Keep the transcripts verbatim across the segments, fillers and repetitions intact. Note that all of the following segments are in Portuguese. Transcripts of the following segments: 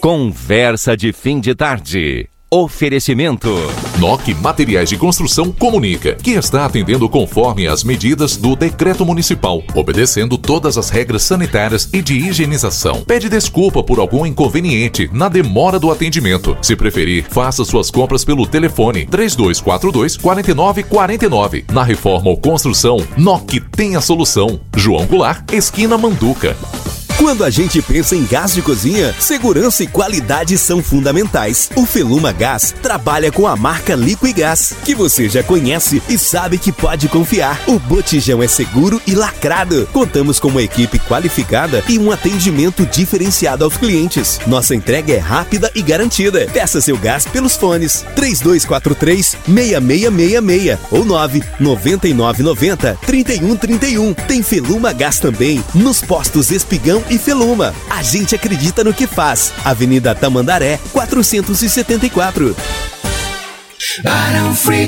Conversa de fim de tarde. Oferecimento. N O C Materiais de Construção comunica que está atendendo conforme as medidas do Decreto Municipal, obedecendo todas as regras sanitárias e de higienização. Pede desculpa por algum inconveniente na demora do atendimento. Se preferir, faça suas compras pelo telefone três dois quatro dois, quatro nove quatro nove. Na reforma ou construção, N O C tem a solução. João Goulart, esquina Manduca. Quando a gente pensa em gás de cozinha, segurança e qualidade são fundamentais. O Feluma Gás trabalha com a marca Liquigás, que você já conhece e sabe que pode confiar. O botijão é seguro e lacrado. Contamos com uma equipe qualificada e um atendimento diferenciado aos clientes. Nossa entrega é rápida e garantida. Peça seu gás pelos fones três dois quatro três, seis seis seis seis ou nove nove nove nove zero, três um três um. Tem Feluma Gás também nos postos Espigão e Feluma. A gente acredita no que faz. Avenida Tamandaré, quatrocentos e setenta e quatro. Barão Free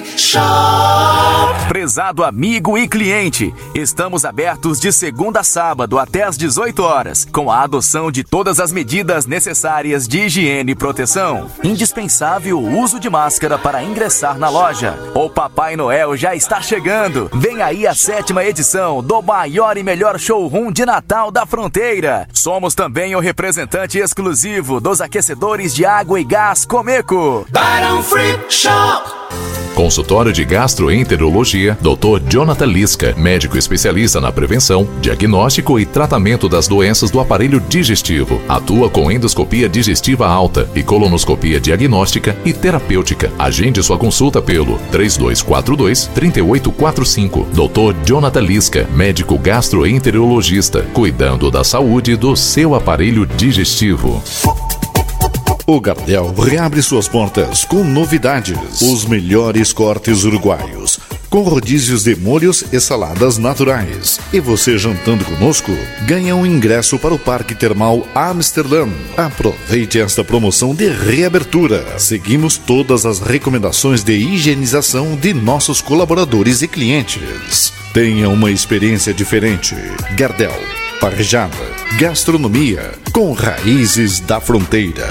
Shop. Prezado amigo e cliente, estamos abertos de segunda a sábado até às dezoito horas, com a adoção de todas as medidas necessárias de higiene e proteção. Indispensável o uso de máscara para ingressar na loja. O Papai Noel já está chegando. Vem aí a sétima edição do maior e melhor showroom de Natal da fronteira. Somos também o representante exclusivo dos aquecedores de água e gás Comeco. Barão Free Shop. Consultório de Gastroenterologia, doutor Jonathan Lisca, médico especialista na prevenção, diagnóstico e tratamento das doenças do aparelho digestivo. Atua com endoscopia digestiva alta e colonoscopia diagnóstica e terapêutica. Agende sua consulta pelo três dois quatro dois, três oito quatro cinco. doutor Jonathan Lisca, médico gastroenterologista, cuidando da saúde do seu aparelho digestivo. O Gardel reabre suas portas com novidades. Os melhores cortes uruguaios, com rodízios de molhos e saladas naturais. E você jantando conosco, ganha um ingresso para o Parque Termal Amsterdã. Aproveite esta promoção de reabertura. Seguimos todas as recomendações de higienização de nossos colaboradores e clientes. Tenha uma experiência diferente. Gardel, parrejada, gastronomia com raízes da fronteira.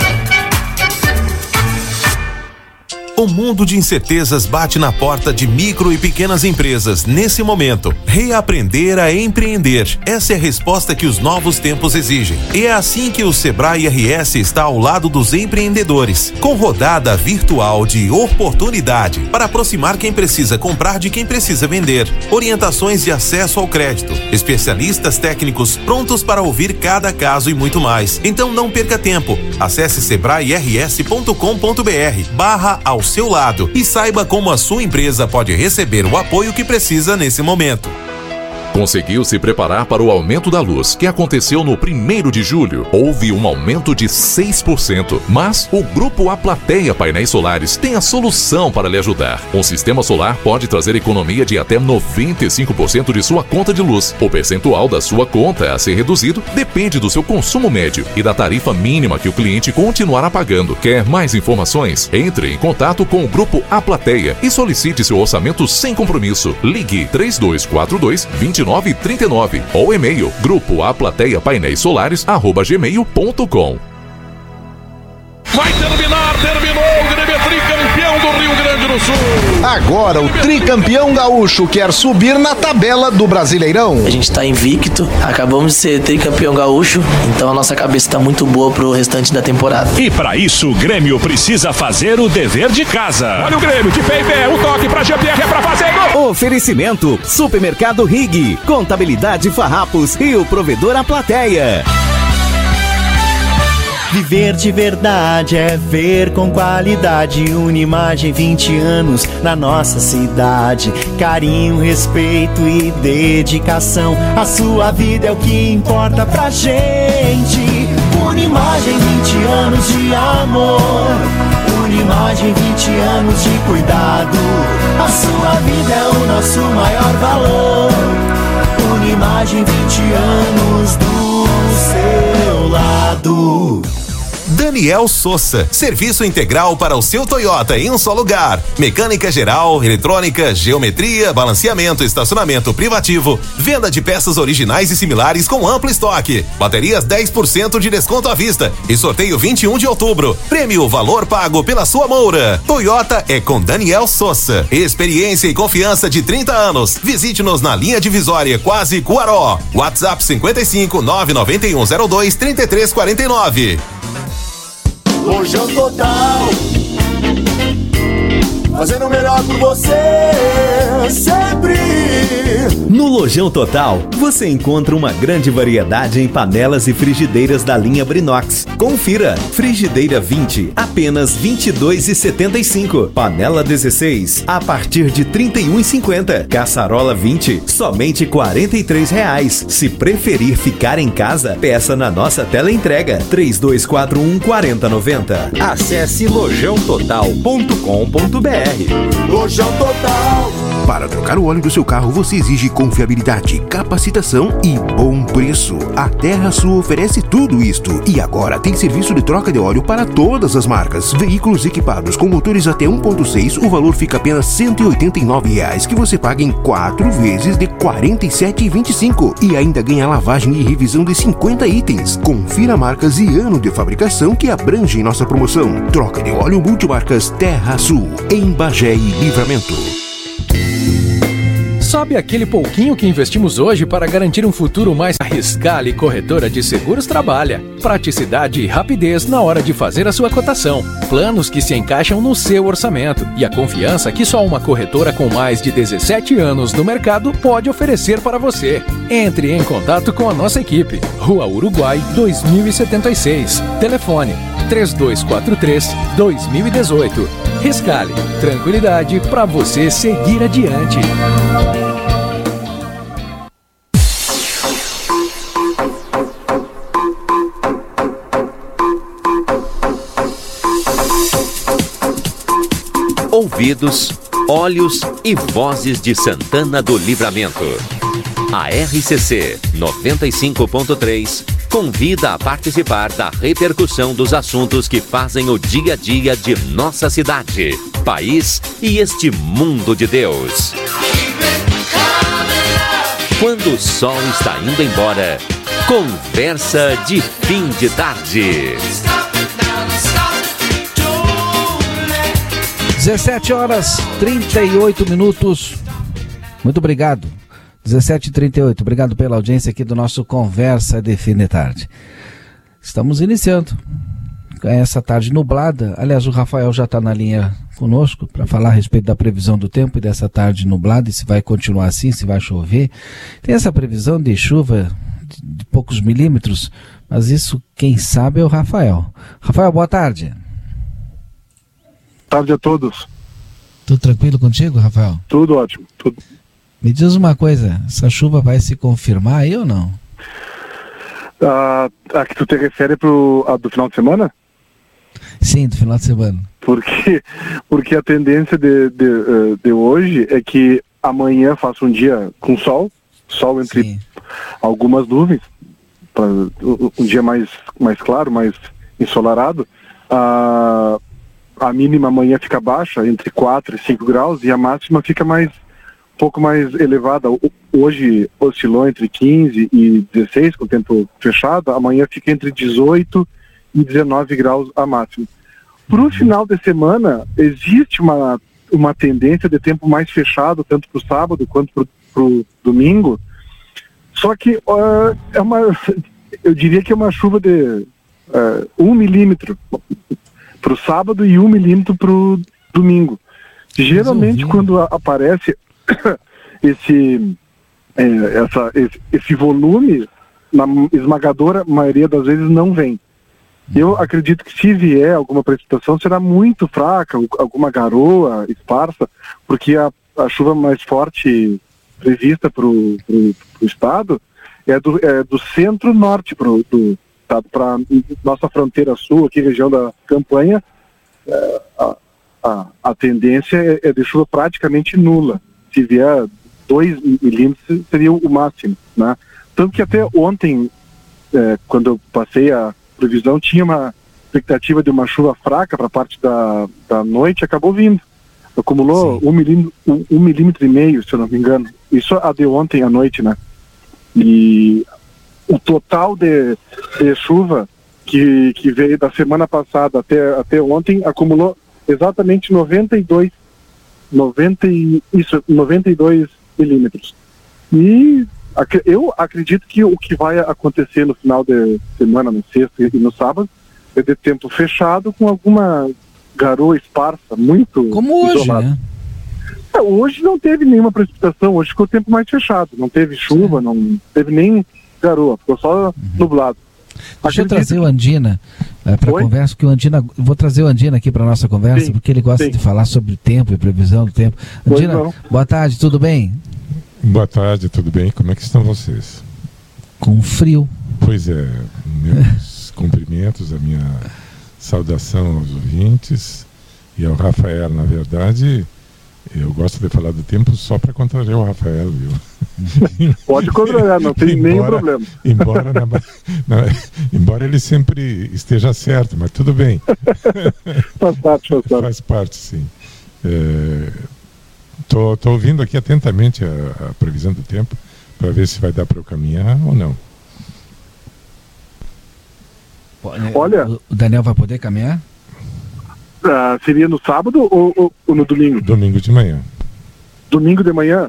O mundo de incertezas bate na porta de micro e pequenas empresas nesse momento. Reaprender a empreender. Essa é a resposta que os novos tempos exigem. E é assim que o Sebrae R S está ao lado dos empreendedores, com rodada virtual de oportunidade para aproximar quem precisa comprar de quem precisa vender. Orientações de acesso ao crédito, especialistas técnicos prontos para ouvir cada caso e muito mais. Então não perca tempo. Acesse sebrae r s ponto com ponto b r barra ao seu lado e saiba como a sua empresa pode receber o apoio que precisa nesse momento. Conseguiu se preparar para o aumento da luz, que aconteceu no primeiro de julho. Houve um aumento de seis por cento, mas o Grupo A Plateia Painéis Solares tem a solução para lhe ajudar. Um sistema solar pode trazer economia de até noventa e cinco por cento de sua conta de luz. O percentual da sua conta a ser reduzido depende do seu consumo médio e da tarifa mínima que o cliente continuará pagando. Quer mais informações? Entre em contato com o Grupo A Plateia e solicite seu orçamento sem compromisso. Ligue três dois quatro dois, dois nove três nove ou e-mail grupo a plateia painéis solares arroba gmail ponto com. Vai terminar, terminou o Grêmio tricampeão do Rio Grande do Sul. Agora o tricampeão gaúcho quer subir na tabela do Brasileirão. A gente tá invicto, acabamos de ser tricampeão gaúcho, então a nossa cabeça tá muito boa pro restante da temporada. E para isso o Grêmio precisa fazer o dever de casa. Olha o Grêmio, que fez é o toque pra Jean-Pierre, é pra fazer gol. Oferecimento, Supermercado Rig, Contabilidade Farrapos e o provedor A Plateia. Viver de verdade é ver com qualidade. Unimagem, vinte anos na nossa cidade. Carinho, respeito e dedicação. A sua vida é o que importa pra gente. Unimagem, vinte anos de amor. Unimagem, vinte anos de cuidado. A sua vida é o nosso maior valor. Unimagem, vinte anos do seu lado. Daniel Souza, serviço integral para o seu Toyota em um só lugar. Mecânica geral, eletrônica, geometria, balanceamento, estacionamento privativo, venda de peças originais e similares com amplo estoque. Baterias dez por cento de desconto à vista e sorteio vinte e um de outubro. Prêmio valor pago pela sua Moura. Toyota é com Daniel Souza. Experiência e confiança de trinta anos. Visite-nos na linha divisória Quase Cuaró. WhatsApp cinquenta e cinco, nove nove um zero dois, trinta e três quarenta e nove. Lojão Total, fazendo o melhor por você, sempre. No Lojão Total, você encontra uma grande variedade em panelas e frigideiras da linha Brinox. Confira: frigideira vinte, apenas vinte e dois reais e setenta e cinco centavos. Panela dezesseis, a partir de trinta e um reais e cinquenta centavos. Caçarola vinte, somente quarenta e três reais. Se preferir ficar em casa, peça na nossa teleentrega três dois quatro um, quatro zero nove zero. Acesse lojão total ponto com ponto b r. Lojão Total. Para trocar o óleo do seu carro, você exige confiabilidade, capacitação e bom preço. A TerraSul oferece tudo isto. E agora tem serviço de troca de óleo para todas as marcas. Veículos equipados com motores até um ponto seis, o valor fica apenas cento e oitenta e nove reais, que você paga em quatro vezes de quarenta e sete reais e vinte e cinco centavos. E ainda ganha lavagem e revisão de cinquenta itens. Confira marcas e ano de fabricação que abrangem nossa promoção. Troca de óleo multimarcas TerraSul, em Bagé e Livramento. Sabe aquele pouquinho que investimos hoje para garantir um futuro mais? A Riscale Corretora de Seguros trabalha. Praticidade e rapidez na hora de fazer a sua cotação. Planos que se encaixam no seu orçamento. E a confiança que só uma corretora com mais de dezessete anos no mercado pode oferecer para você. Entre em contato com a nossa equipe. Rua Uruguai dois mil e setenta e seis. Telefone três dois quatro três, dois mil e dezoito. Riscale, tranquilidade para você seguir adiante. Ouvidos, olhos e vozes de Santana do Livramento. A R C C noventa e cinco ponto três convida a participar da repercussão dos assuntos que fazem o dia a dia de nossa cidade, país e este mundo de Deus. Quando o sol está indo embora, conversa de fim de tarde. dezessete horas e trinta e oito minutos. Muito obrigado. dezessete e trinta e oito. Obrigado pela audiência aqui do nosso Conversa de Fim de Tarde. Estamos iniciando essa tarde nublada. Aliás, o Rafael já está na linha conosco para falar a respeito da previsão do tempo e dessa tarde nublada, e se vai continuar assim, se vai chover. Tem essa previsão de chuva de, de poucos milímetros, mas isso quem sabe é o Rafael. Rafael, boa tarde. Boa tarde a todos. Tudo tranquilo contigo, Rafael? Tudo ótimo, tudo. Me diz uma coisa, essa chuva vai se confirmar aí ou não? Ah, a que tu te refere pro, a do final de semana? Sim, do final de semana. Porque, porque a tendência de, de, de hoje é que amanhã faça um dia com sol, sol entre Sim. algumas nuvens, pra, um dia mais, mais claro, mais ensolarado. Ah, a mínima amanhã fica baixa, entre quatro e cinco graus, e a máxima fica mais um pouco mais elevada. Hoje oscilou entre quinze e dezesseis, com o tempo fechado. Amanhã fica entre dezoito e dezenove graus a máxima. Para o final de semana, existe uma, uma tendência de tempo mais fechado, tanto para o sábado quanto para o domingo. Só que uh, é uma, eu diria que é uma chuva de uh, um milímetro para o sábado e um milímetro para o domingo. Geralmente, quando a, aparece esse, é, essa, esse, esse volume, na esmagadora maioria das vezes não vem. Eu acredito que se vier alguma precipitação será muito fraca, alguma garoa esparsa, porque a, a chuva mais forte prevista para o estado é do, é do centro-norte para o estado, para nossa fronteira sul, aqui região da Campanha. É, a, a, a tendência é, é de chuva praticamente nula. Se vier dois milímetros seria o máximo, né? Tanto que até ontem, é, quando eu passei a previsão, tinha uma expectativa de uma chuva fraca para a parte da, da noite, acabou vindo. Acumulou um milímetro, um, um milímetro e meio, se eu não me engano. Isso a de ontem à noite, né? E o total de, de chuva que, que veio da semana passada até, até ontem acumulou exatamente noventa e dois, noventa, isso, noventa e dois milímetros. E ac- eu acredito que o que vai acontecer no final de semana, na sexta e no sábado, é de tempo fechado com alguma garoa esparsa, muito Como hoje, isolada. né? É, hoje não teve nenhuma precipitação, hoje ficou o tempo mais fechado, não teve chuva, não teve nem garoa, ficou só uhum. nublado. Deixa eu trazer o Andina é, para a conversa, porque o Andina, vou trazer o Andina aqui para a nossa conversa, sim, porque ele gosta sim. de falar sobre tempo e previsão do tempo. Andina, boa tarde, tudo bem? Boa tarde, tudo bem? Como é que estão vocês? Com frio. Pois é, meus cumprimentos, a minha saudação aos ouvintes e ao Rafael. Na verdade, eu gosto de falar do tempo só para contrariar o Rafael, viu? Pode contrariar, não tem embora, nenhum problema. Embora, na, na, embora ele sempre esteja certo, mas tudo bem. Faz parte, faz parte. Faz parte, sim. Estou é, ouvindo aqui atentamente a, a previsão do tempo para ver se vai dar para eu caminhar ou não. Olha, o Daniel vai poder caminhar? Uh, seria no sábado ou, ou, ou no domingo? Domingo de manhã. Domingo de manhã?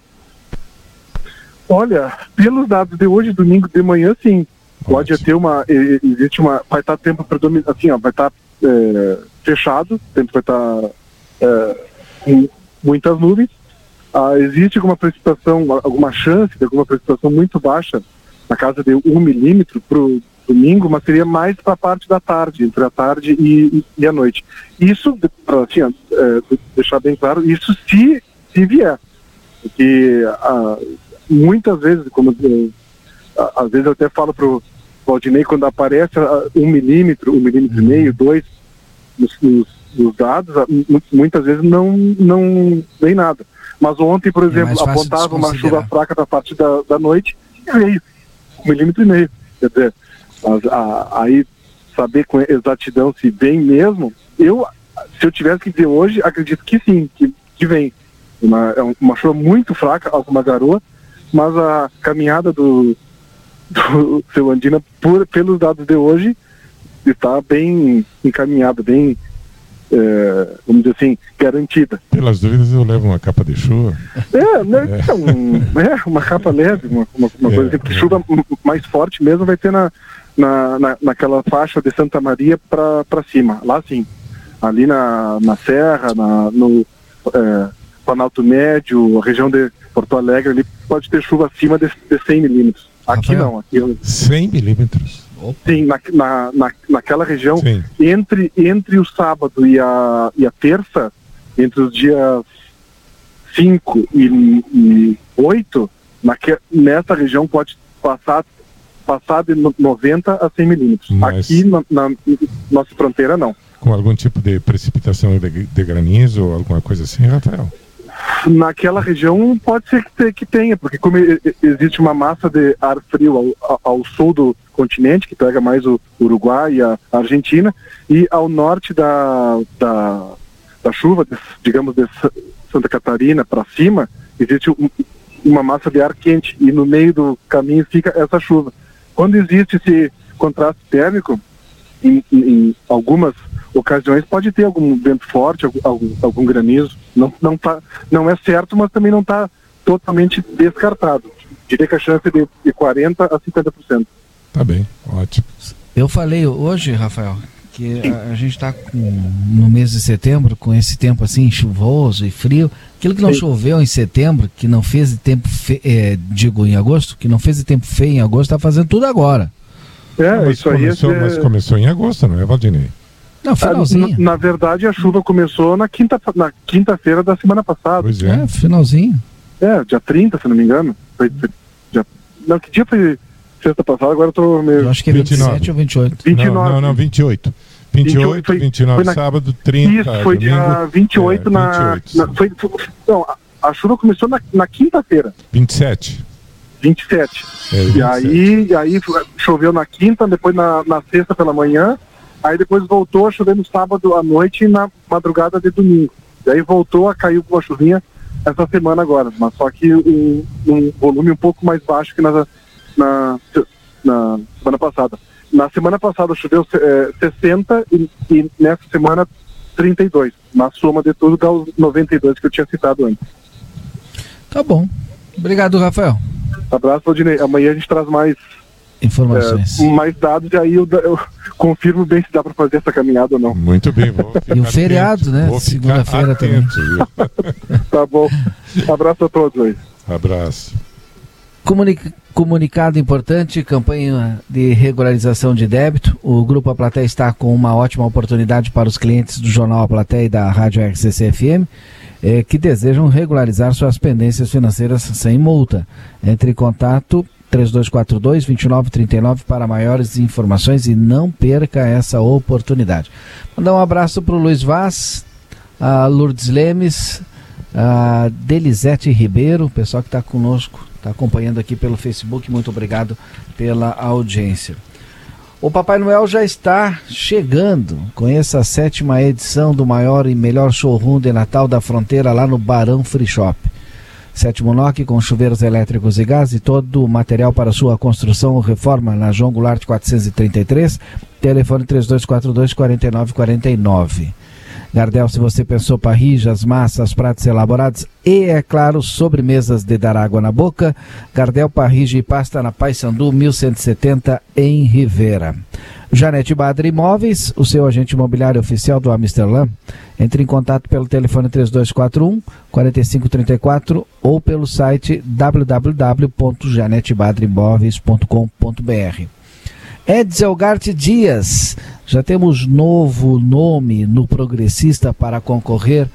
Olha, pelos dados de hoje, domingo de manhã, sim. Pode Ótimo. ter uma, existe uma, vai estar tempo predominante, assim, ó, vai estar é, fechado, o tempo vai estar é, com muitas nuvens. Ah, existe alguma precipitação, alguma chance de alguma precipitação muito baixa, na casa de um milímetro para o domingo, mas seria mais para a parte da tarde, entre a tarde e, e a noite. Isso, para assim, é, deixar bem claro, isso se, se vier. Porque ah, muitas vezes, como eu, às vezes eu até falo para o Valdinei, quando aparece ah, um milímetro, um milímetro e meio, dois, nos, nos, nos dados, ah, muitas vezes não, não vem nada. Mas ontem, por exemplo, é apontava uma chuva fraca para a parte da, da noite e veio um milímetro e meio. Quer dizer, Mas, a, aí saber com exatidão se vem mesmo, eu, se eu tivesse que dizer hoje, acredito que sim, que, que vem. Uma, é uma chuva muito fraca, alguma garoa, mas a caminhada do, do seu Andina, por, pelos dados de hoje, está bem encaminhada, bem, é, vamos dizer assim, garantida. Pelas dúvidas eu levo uma capa de chuva. É, né, é. Um, é uma capa leve, uma, uma, uma é, coisa assim, porque é. chuva mais forte mesmo vai ter na Na, na, naquela faixa de Santa Maria para cima, lá sim, ali na, na Serra, na, no é, Planalto Médio, a região de Porto Alegre, ali pode ter chuva acima de, de cem milímetros. Aqui Rafael, não, aqui cem milímetros? Sim, na, na, na, naquela região, entre, entre o sábado e a, e a terça, entre os dias cinco e oito, naque, nessa região pode passar passar de noventa a cem milímetros. Mas aqui na, na nossa fronteira não. Com algum tipo de precipitação de, de granizo ou alguma coisa assim, Rafael? Naquela região pode ser que, te, que tenha, porque como existe uma massa de ar frio ao, ao sul do continente, que pega mais o Uruguai e a Argentina, e ao norte da, da, da chuva, de, digamos de Santa Catarina para cima, existe um, uma massa de ar quente, e no meio do caminho fica essa chuva. Quando existe esse contraste térmico, em, em, em algumas ocasiões pode ter algum vento forte, algum, algum granizo. Não, não, tá, não é certo, mas também não está totalmente descartado. Diria que a chance é de, de quarenta a cinquenta por cento. Tá bem, ótimo. Eu falei hoje, Rafael, que a, a gente está no mês de setembro com esse tempo assim chuvoso e frio. Aquilo que não Sim. choveu em setembro, que não fez de tempo feio, é, digo em agosto, que não fez de tempo feio em agosto, está fazendo tudo agora. É, não, mas, isso começou, aí é... mas começou em agosto, não é, Valdinei? Não, finalzinho. Na, na verdade, a chuva começou na quinta, na quinta-feira da semana passada. Pois é. É, finalzinho. É, dia trinta, se não me engano. Foi, foi, dia... Não, que dia foi sexta passada? Agora eu tô meio... Eu acho que é vinte e sete ou vinte e oito. vinte e nove. Não, não, não, vinte e oito. vinte e oito, foi, vinte e nove, na... sábado, trinta, Isso, foi domingo, dia vinte e oito, é, na... vinte e oito, na foi, foi, não, a, a chuva começou na, na quinta-feira. vinte e sete. vinte e sete. É, vinte e sete. E aí, e aí choveu na quinta, depois na, na sexta pela manhã, Aí depois voltou a chover no sábado à noite e na madrugada de domingo. E aí voltou a cair uma chuvinha essa semana agora, mas só que um, um volume um pouco mais baixo que na, na, na semana passada. Na semana passada choveu é, sessenta e, e nessa semana trinta e dois. Na soma de tudo dá os noventa e dois que eu tinha citado antes. Tá bom. Obrigado, Rafael. Abraço, Valdinei. Amanhã a gente traz mais informações. É, mais dados e aí eu, eu confirmo bem se dá para fazer essa caminhada ou não. Muito bem. Vou e o feriado, né? Segunda-feira também. Tá bom. Abraço a todos aí. Abraço. Comunica- comunicado importante, campanha de regularização de débito. O Grupo A Plateia está com uma ótima oportunidade para os clientes do Jornal A Plateia e da Rádio R C C F M eh, que desejam regularizar suas pendências financeiras sem multa. Entre em contato três dois quatro dois, dois nove três nove para maiores informações e não perca essa oportunidade. Mandar um abraço para o Luiz Vaz, a Lourdes Lemes, a Delisete Ribeiro, o pessoal que está conosco, está acompanhando aqui pelo Facebook, muito obrigado pela audiência. O Papai Noel já está chegando, conheça a sétima edição do maior e melhor showroom de Natal da fronteira lá no Barão Free Shop. Sétimo N O C com chuveiros elétricos e gás e todo o material para sua construção ou reforma na João Goulart quatrocentos e trinta e três, telefone três dois quatro dois, quatro nove quatro nove. Gardel, se você pensou parrijas, massas, pratos elaborados e, é claro, sobremesas de dar água na boca, Gardel Parrija e Pasta na Paissandu mil cento e setenta em Rivera. Janete Badri Imóveis, o seu agente imobiliário oficial do Amsterdã. Entre em contato pelo telefone três dois quatro um, quatro cinco três quatro ou pelo site w w w ponto janete badri imóveis ponto com ponto b r. Edzelgart Dias, já temos novo nome no Progressista para concorrer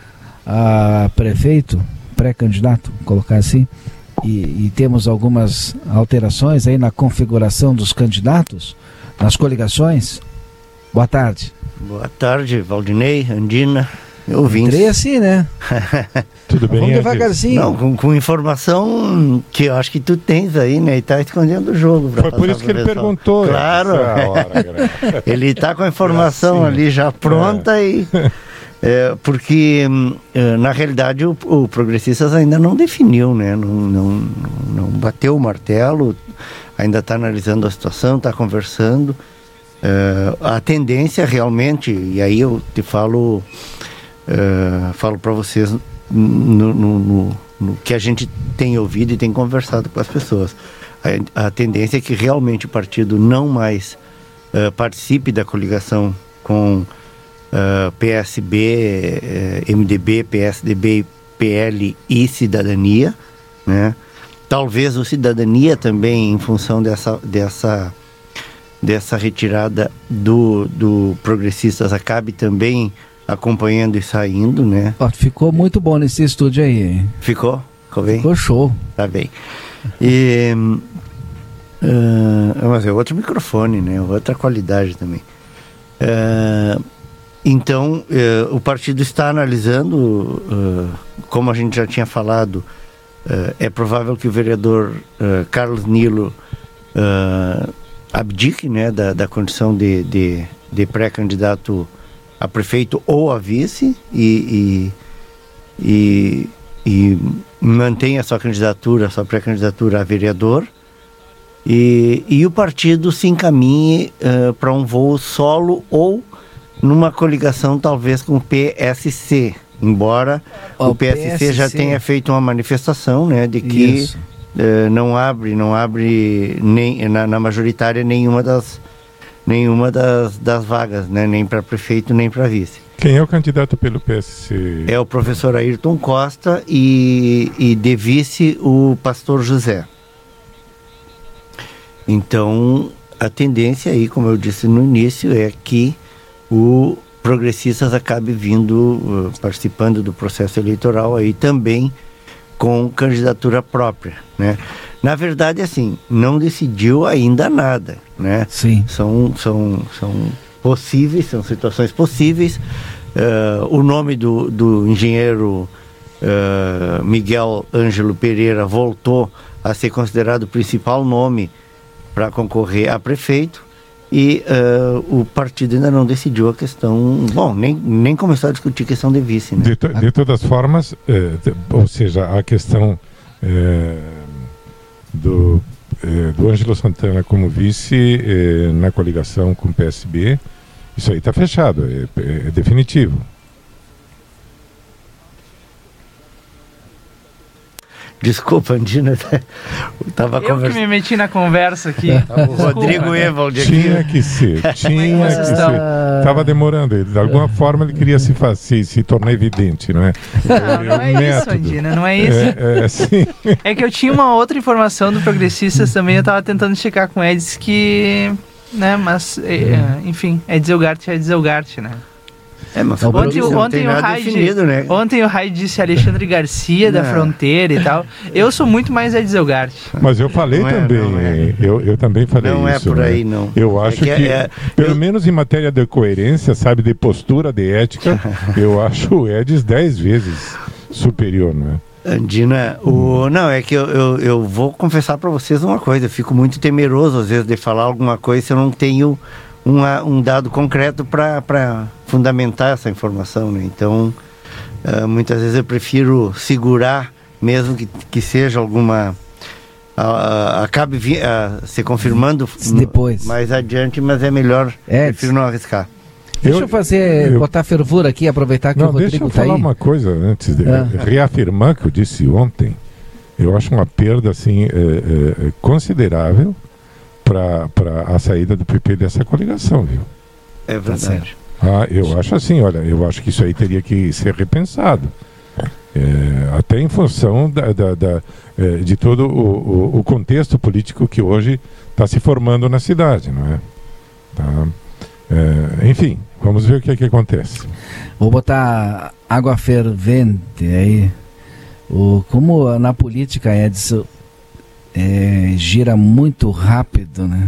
a prefeito, pré-candidato, vou colocar assim, e, e temos algumas alterações aí na configuração dos candidatos, nas coligações. Boa tarde. Boa tarde, Valdinei, Andina, ouvintes. Entrei assim, né? Tudo bem? Vamos devagarzinho. Não, com, com informação que eu acho que tu tens aí, né? E tá escondendo o jogo. Foi por isso que ele pessoal. perguntou. Claro. Hora, ele tá com a informação assim, ali já pronta é. e... É, porque, na realidade, o, o Progressistas ainda não definiu, né? Não, não, não bateu o martelo, ainda está analisando a situação, está conversando. É, a tendência realmente, e aí eu te falo, é, falo para vocês no, no, no, no que a gente tem ouvido e tem conversado com as pessoas. A, a tendência é que realmente o partido não mais é, participe da coligação com Uh, P S B, uh, M D B, P S D B, P L e Cidadania, né? Talvez o Cidadania também, em função dessa, dessa, dessa retirada do, do Progressistas, acabe também acompanhando e saindo, né? Oh, ficou muito bom nesse estúdio aí, hein? Ficou? Ficou bem? Ficou show. Tá bem. E, uh, mas é outro microfone, né? Outra qualidade também. Uh, Então, eh, o partido está analisando, uh, como a gente já tinha falado, uh, é provável que o vereador uh, Carlos Nilo uh, abdique, né, da, da condição de, de, de pré-candidato a prefeito ou a vice e, e, e, e mantenha a sua candidatura, a sua pré-candidatura a vereador. E, e o partido se encaminhe uh, para um voo solo ou numa coligação talvez com o P S C, embora o, o P S C, P S C já tenha feito uma manifestação, né, de que uh, não abre, não abre nem na, na majoritária nenhuma das nenhuma das, das vagas, né, nem para prefeito nem para vice. Quem é o candidato pelo P S C? É o professor Ayrton Costa e, e de vice o pastor José. Então a tendência aí, como eu disse no início, é que o Progressistas acabe vindo, uh, participando do processo eleitoral aí também com candidatura própria, né? Na verdade, assim, não decidiu ainda nada, né? Sim. São, são, são possíveis, são situações possíveis. Uh, o nome do, do engenheiro uh, Miguel Ângelo Pereira voltou a ser considerado o principal nome para concorrer a prefeito. e uh, o partido ainda não decidiu a questão, bom, nem, nem começou a discutir a questão de vice. Né? De, to, de todas formas, eh, de, ou seja, a questão eh, do, eh, do Ângelo Santana como vice eh, na coligação com o P S B, isso aí está fechado, é, é, é definitivo. Desculpa, Andina, tava eu conversa... que me meti na conversa aqui. O Rodrigo Evald aqui. Tinha que ser, tinha que ser. Tava demorando, ele, de alguma forma ele queria se, se, se tornar evidente, não é? Não, não é, é isso, Andina, não é isso. É, é, sim. É que eu tinha uma outra informação do Progressistas também, eu tava tentando checar com eles que, né, mas, é, enfim, é Zelgart, é Zelgart, né? É, mas ontem, ontem, o Rai, definido, né? ontem o Rai disse Alexandre Garcia da Fronteira e tal. Eu sou muito mais Edzelgart. Mas eu falei não também, é, é. Eu, eu também falei não isso. Não é por né? aí, não. Eu acho é que, que é, pelo eu... menos em matéria de coerência, sabe, de postura, de ética, eu acho o Edis dez vezes superior, não é? Andina, o... não, é que eu, eu, eu vou confessar para vocês uma coisa, eu fico muito temeroso às vezes de falar alguma coisa se eu não tenho uma, um dado concreto para fundamentar essa informação, né? Então, uh, muitas vezes eu prefiro segurar, mesmo que, que seja alguma... Uh, uh, acabe vi, uh, se confirmando depois mais adiante, mas é melhor, é, prefiro não arriscar. Deixa eu, eu fazer, eu, botar fervura aqui, aproveitar que não, o Rodrigo está aí. Deixa eu falar uma coisa antes de ah. reafirmar que eu disse ontem. Eu acho uma perda assim, é, é, considerável para a saída do P P dessa coligação, viu? É verdade. Ah, eu acho assim, olha, eu acho que isso aí teria que ser repensado. É, até em função da, da, da, é, de todo o, o, o contexto político que hoje está se formando na cidade, não é? Tá? É, enfim, vamos ver o que é que acontece. Vou botar água fervente aí. O, como na política, Edson, é, gira muito rápido, né?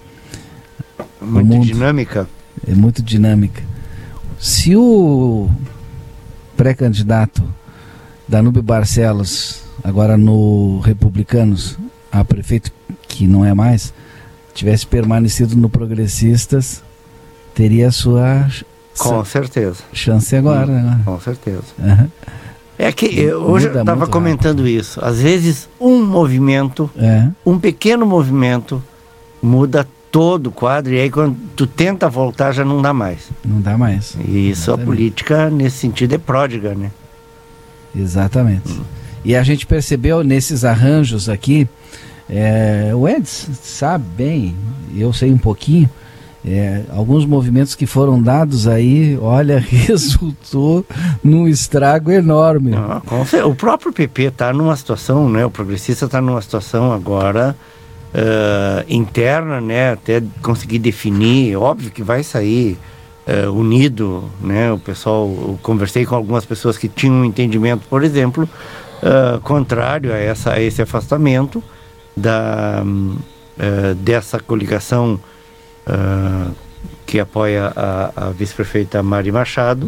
Muito mundo, dinâmica. É muito dinâmica. Se o pré-candidato Danúbio Barcelos, agora no Republicanos, a prefeito, que não é mais, tivesse permanecido no Progressistas, teria a sua com certeza chance agora, hum, né? Com certeza. Uhum. É que eu, hoje eu estava comentando rápido. isso. Às vezes um movimento, é. um pequeno movimento, muda todo o quadro, e aí quando tu tenta voltar já não dá mais. Não dá mais. E isso, exatamente. A política nesse sentido é pródiga, né? Exatamente. Hum. E a gente percebeu nesses arranjos aqui, é, o Edson sabe bem, eu sei um pouquinho, É, alguns movimentos que foram dados aí, olha, resultou num estrago enorme. Ah, o próprio P P está numa situação, né? O Progressista está numa situação agora uh, interna, né? Até conseguir definir, óbvio que vai sair uh, unido, né? O pessoal, eu conversei com algumas pessoas que tinham um entendimento, por exemplo, uh, contrário a, essa, a esse afastamento da, uh, dessa coligação Uh, que apoia a, a vice-prefeita Mari Machado,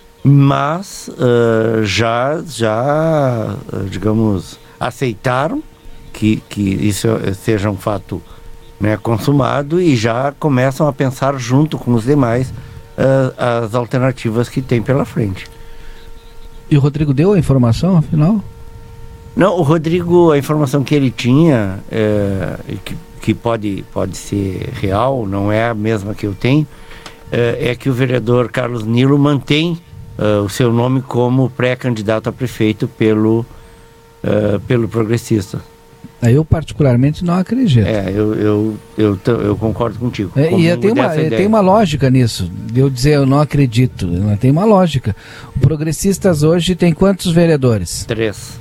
mas uh, já, já uh, digamos, aceitaram que, que isso seja um fato, né, consumado, e já começam a pensar junto com os demais uh, as alternativas que tem pela frente. E o Rodrigo deu a informação, afinal? Não, o Rodrigo, a informação que ele tinha, é, que que pode, pode ser real, não é a mesma que eu tenho, é, é que o vereador Carlos Nilo mantém uh, o seu nome como pré-candidato a prefeito pelo, uh, pelo Progressista. Eu particularmente não acredito. É, eu, eu, eu, eu concordo contigo. É, e tem uma, tem uma lógica nisso, de eu dizer eu não acredito, tem uma lógica. O Progressistas hoje tem quantos vereadores? Três.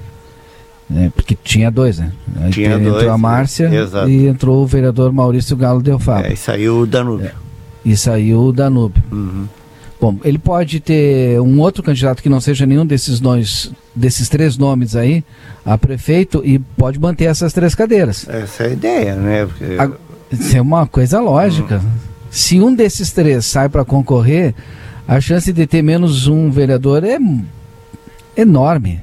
É, porque tinha dois, né? Aí tinha entrou dois, a Márcia, é, e entrou o vereador Maurício Galo Del Fabro. É, e saiu o Danúbio. É, e saiu o Danúbio. Uhum. Bom, ele pode ter um outro candidato que não seja nenhum desses dois, desses três nomes aí, a prefeito, e pode manter essas três cadeiras. Essa é a ideia, né? Porque... A, isso é uma coisa lógica. Uhum. Se um desses três sai para concorrer, a chance de ter menos um vereador é enorme.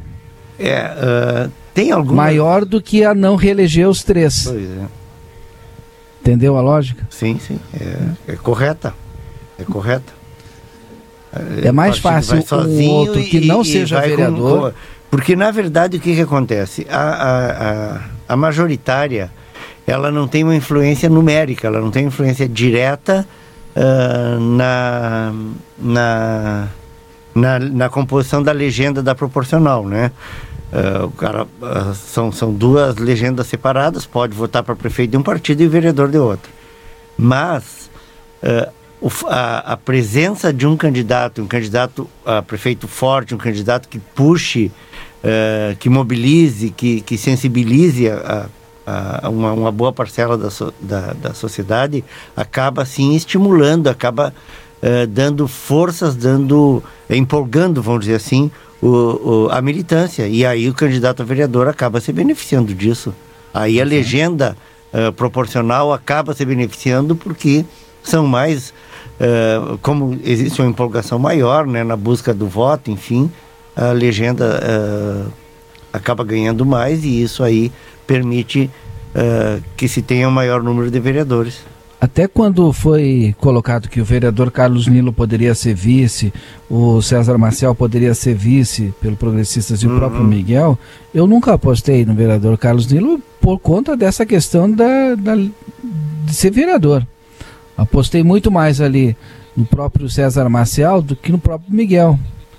É, uh... tem alguma... maior do que a não reeleger os três. Pois é. Entendeu a lógica? Sim, sim. É, é correta. É correta. É mais fácil um outro que não e, seja e vereador. Com, porque, na verdade, o que, que acontece? A, a, a, a majoritária, ela não tem uma influência numérica, ela não tem influência direta uh, na, na, na, na composição da legenda da proporcional, né? Uh, o cara, uh, são, são duas legendas separadas, pode votar para prefeito de um partido e vereador de outro. Mas... Uh, O, a, a presença de um candidato, um candidato a prefeito forte, um candidato que puxe, uh, que mobilize, que, que sensibilize a, a, a uma, uma boa parcela da, so, da, da sociedade, acaba sim estimulando, acaba uh, dando forças, dando, empolgando, vamos dizer assim, o, o, a militância. E aí o candidato a vereador acaba se beneficiando disso. Aí a legenda uh, proporcional acaba se beneficiando porque são mais... Uh, como existe uma empolgação maior, né, na busca do voto, enfim, a legenda uh, acaba ganhando mais e isso aí permite uh, que se tenha um maior número de vereadores. Até quando foi colocado que o vereador Carlos Nilo poderia ser vice, o César Marcial poderia ser vice pelo Progressistas e uhum. o próprio Miguel, eu nunca apostei no vereador Carlos Nilo por conta dessa questão da, da, de ser vereador. Apostei muito mais ali no próprio César Marcial do que no próprio Miguel.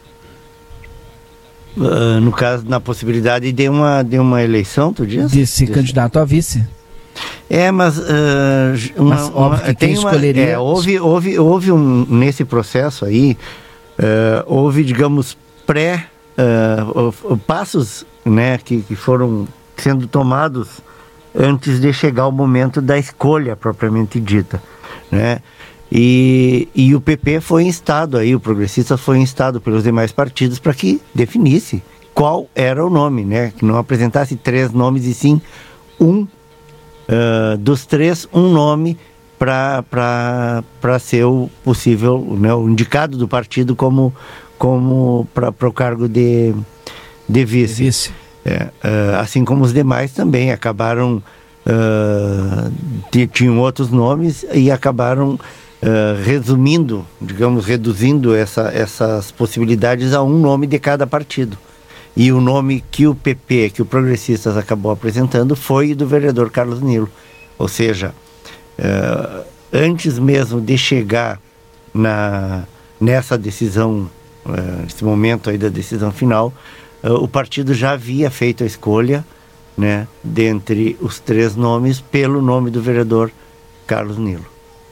Uh, no caso, na possibilidade de uma, de uma eleição, tu diz? De se candidato a vice. É, mas, uh, uma, mas óbvio que tem quem uma, escolheria... É, houve, houve, houve um, nesse processo aí, uh, houve, digamos, pré... Uh, passos, né, que, que foram sendo tomados antes de chegar o momento da escolha propriamente dita. Né? E, e o P P foi instado aí, o Progressista foi instado pelos demais partidos para que definisse qual era o nome, né? Que não apresentasse três nomes e sim um uh, dos três, um nome para ser o possível, né? O indicado do partido como, como para o cargo de, de vice. vice. É, uh, assim como os demais também acabaram Uh, tinham outros nomes e acabaram uh, resumindo, digamos, reduzindo essa, essas possibilidades a um nome de cada partido. E o nome que o P P, que o Progressistas acabou apresentando foi do vereador Carlos Nilo. Ou seja, uh, antes mesmo de chegar na, nessa decisão, uh, nesse momento aí da decisão final, uh, o partido já havia feito a escolha, né, dentre os três nomes, pelo nome do vereador Carlos Nilo.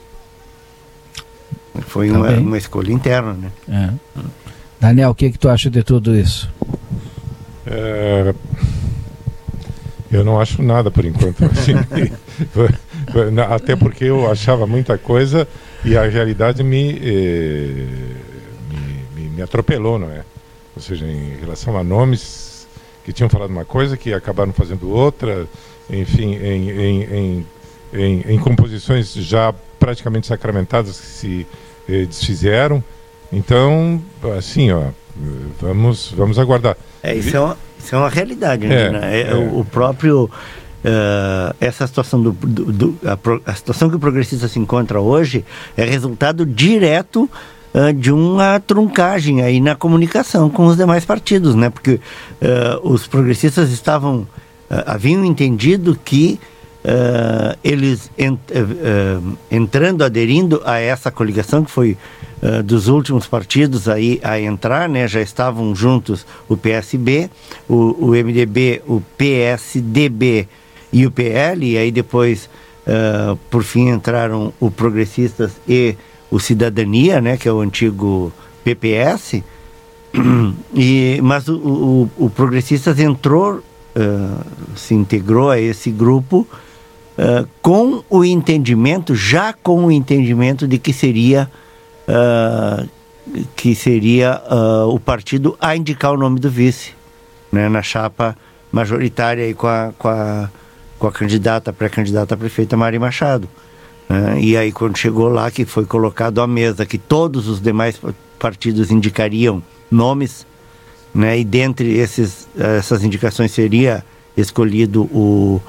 Foi tá uma, uma escolha interna, né? É. Daniel, o que, que tu acha de tudo isso? É, eu não acho nada por enquanto. Assim, até porque eu achava muita coisa e a realidade me, eh, me, me, me atropelou, não é? Ou seja, em relação a nomes que tinham falado uma coisa, que acabaram fazendo outra, enfim, em, em, em, em, em composições já praticamente sacramentadas que se eh, desfizeram. Então, assim, ó, vamos, vamos aguardar. É, isso, é uma, isso é uma realidade, né? É, né? É, é. O, o próprio... Uh, essa situação do, do, do a, pro, a situação que o progressista se encontra hoje é resultado direto Uh, de uma truncagem aí na comunicação com os demais partidos, né? Porque uh, os progressistas estavam, uh, haviam entendido que uh, eles ent, uh, uh, entrando, aderindo a essa coligação que foi uh, dos últimos partidos aí a entrar, né? Já estavam juntos o P S B, o, o M D B, o P S D B e o P L, e aí depois, uh, por fim, entraram o Progressistas e o Cidadania, né, que é o antigo P P S, e, mas o, o, o Progressistas entrou, uh, se integrou a esse grupo uh, com o entendimento, já com o entendimento de que seria, uh, que seria uh, o partido a indicar o nome do vice, né, na chapa majoritária aí com a, com a, com a candidata, pré-candidata a prefeita Mari Machado. Uh, e aí quando chegou lá, que foi colocado à mesa que todos os demais partidos indicariam nomes, né, e dentre esses, essas indicações seria escolhido o,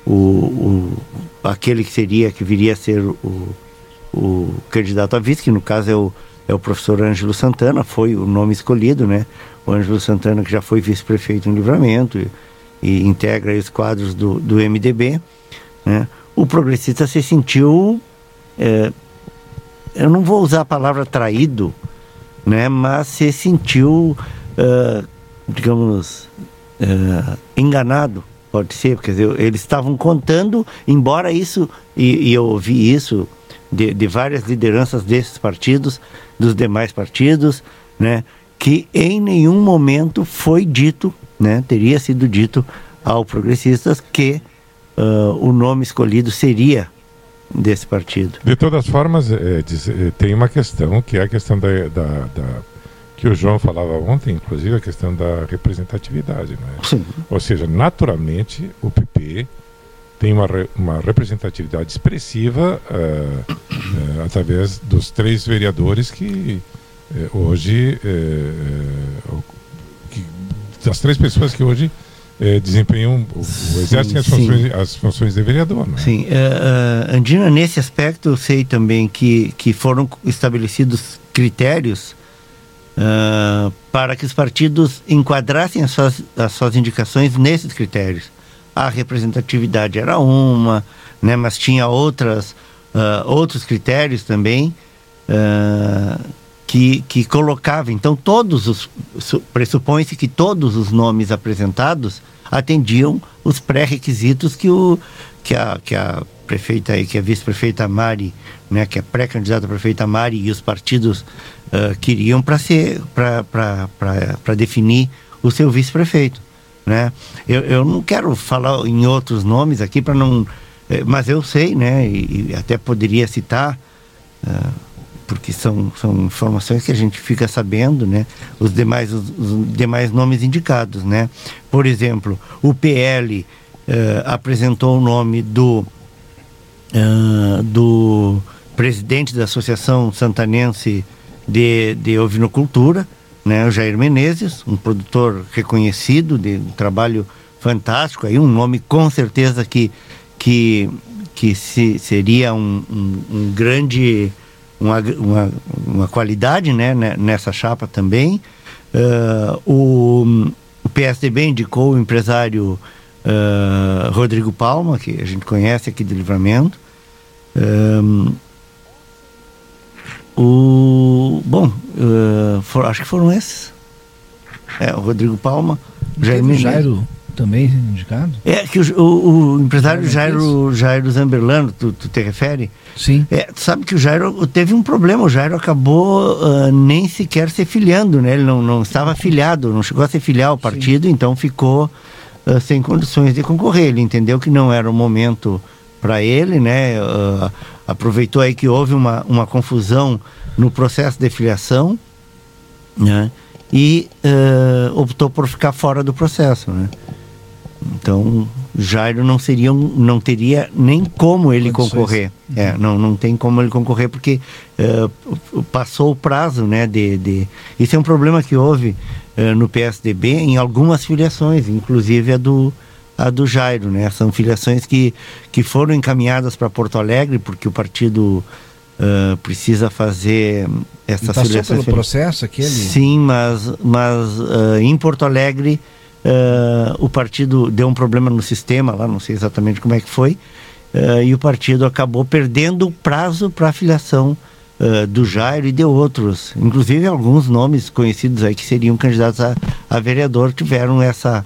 o, o, aquele que seria, que viria a ser o, o candidato a vice, que no caso é o, é o professor Ângelo Santana, foi o nome escolhido, né? O Ângelo Santana, que já foi vice-prefeito em Livramento e, e integra os quadros do, do M D B, né? O progressista se sentiu, é, eu não vou usar a palavra traído, né? Mas se sentiu, uh, digamos, uh, enganado, pode ser, porque eles estavam contando, embora isso, e, e eu ouvi isso de, de várias lideranças desses partidos, dos demais partidos, né? Que em nenhum momento foi dito, né? Teria sido dito ao Progressistas que uh, o nome escolhido seria desse partido. De todas formas, é, diz, é, tem uma questão, que é a questão da, da, da que o João falava ontem, inclusive a questão da representatividade, né? Sim. Ou seja, naturalmente o P P tem uma, re, uma representatividade expressiva uh, uh, através dos três vereadores que uh, hoje uh, uh, que, das três pessoas que hoje uh, desempenham o, o exercem as funções, as funções de vereador, né? Sim, uh, uh, Andina, nesse aspecto eu sei também que, que foram estabelecidos critérios Uh, para que os partidos enquadrassem as suas, as suas indicações nesses critérios. A representatividade era uma, né, mas tinha outras, uh, outros critérios também uh, que, que colocava. Então, todos os pressupõe-se que todos os nomes apresentados atendiam os pré-requisitos que, o, que, a, que a prefeita, que a vice-prefeita Mari, né, que a pré-candidata prefeita Mari e os partidos Uh, queriam para ser para definir o seu vice-prefeito, né? Eu, eu não quero falar em outros nomes aqui para não, eh, mas eu sei, né? E, e até poderia citar, uh, porque são, são informações que a gente fica sabendo, né? Os demais os, os demais nomes indicados, né? Por exemplo, o P L uh, apresentou o nome do uh, do presidente da Associação Santanense de, de ovinocultura, né, o Jair Menezes, um produtor reconhecido, de um trabalho fantástico, aí um nome com certeza que, que, que se, seria um, um, um grande, uma, uma, uma qualidade, né, nessa chapa também. Uh, o, o P S D B indicou o empresário uh, Rodrigo Palma, que a gente conhece aqui de Livramento. Um, O, bom, uh, for, acho que foram esses. É, o Rodrigo Palma, Jair Menezes. Jairo também indicado? É, que o, o, o empresário Jairo, Jairo Zamberlano, tu, tu te refere? Sim. É, tu sabe que o Jairo teve um problema, o Jairo acabou uh, nem sequer se filiando, né? Ele não, não estava afiliado, não chegou a se filiar ao partido, sim. Então ficou uh, sem condições de concorrer. Ele entendeu que não era o momento para ele, né? Uh, aproveitou aí que houve uma, uma confusão no processo de filiação, né? E uh, optou por ficar fora do processo, né? Então, Jairo não seria, não teria nem como ele Condições. concorrer. Uhum. É, não, não tem como ele concorrer porque uh, passou o prazo, né? De, de... Isso é um problema que houve uh, no P S D B em algumas filiações, inclusive a do a do Jairo, né? São filiações que, que foram encaminhadas para Porto Alegre, porque o partido uh, precisa fazer essas passou filiações. Pelo processo aquele? Sim, mas, mas uh, em Porto Alegre uh, o partido deu um problema no sistema lá, não sei exatamente como é que foi, uh, e o partido acabou perdendo o prazo para a filiação uh, do Jairo e de outros. Inclusive alguns nomes conhecidos aí que seriam candidatos a, a vereador tiveram essa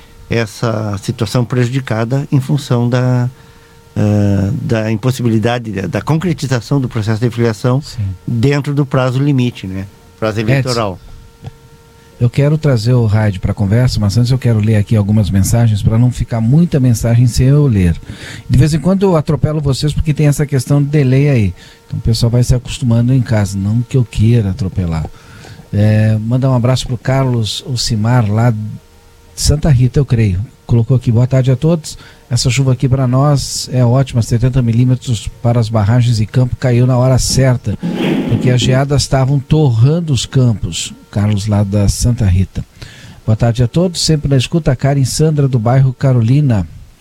essa situação prejudicada em função da, uh, da impossibilidade, da, da concretização do processo de filiação Sim. dentro do prazo limite, né? Prazo eleitoral. Edson, eu quero trazer o rádio para a conversa, mas antes eu quero ler aqui algumas mensagens para não ficar muita mensagem sem eu ler. De vez em quando eu atropelo vocês porque tem essa questão de delay aí. Então o pessoal vai se acostumando em casa, não que eu queira atropelar. É, mandar um abraço para o Carlos Ocimar lá Santa Rita, eu creio. Colocou aqui, boa tarde a todos. Essa chuva aqui para nós é ótima, setenta milímetros para as barragens e campo, caiu na hora certa, porque as geadas estavam torrando os campos. Carlos lá da Santa Rita. Boa tarde a todos, sempre na escuta, a Karen Sandra do bairro Carolina.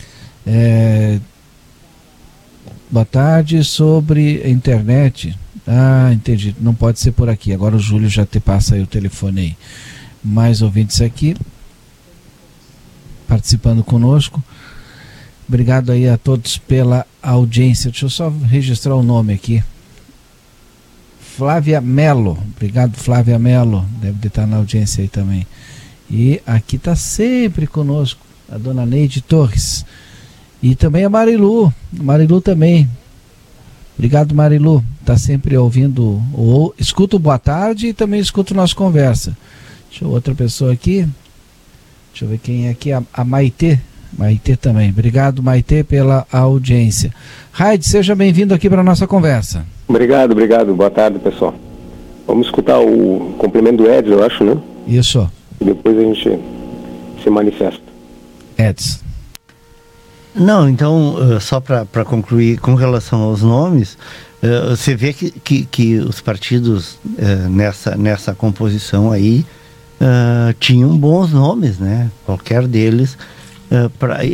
É... Boa tarde, sobre a internet. Ah, entendi. Não pode ser por aqui. Agora o Júlio já te passa aí o telefone aí. Mais ouvintes aqui participando conosco. Obrigado aí a todos pela audiência. Deixa eu só registrar o nome aqui. Flávia Melo. Obrigado, Flávia Melo. Deve estar na audiência aí também. E aqui está sempre conosco a dona Neide Torres. E também a Marilu. Marilu também. Obrigado, Marilu. Está sempre ouvindo, ou escuta o Boa Tarde e também escuta o nosso Conversa. Deixa eu outra pessoa aqui. Deixa eu ver quem é aqui. A, a Maitê. Maitê também. Obrigado, Maitê, pela audiência. Raid, seja bem-vindo aqui para a nossa conversa. Obrigado, obrigado. Boa tarde, pessoal. Vamos escutar o complemento do Edson, eu acho, né? Isso. E depois a gente se manifesta. Edson. Não, então, uh, só para concluir, com relação aos nomes, uh, você vê que, que, que os partidos uh, nessa, nessa composição aí uh, tinham bons nomes, né? Qualquer deles uh,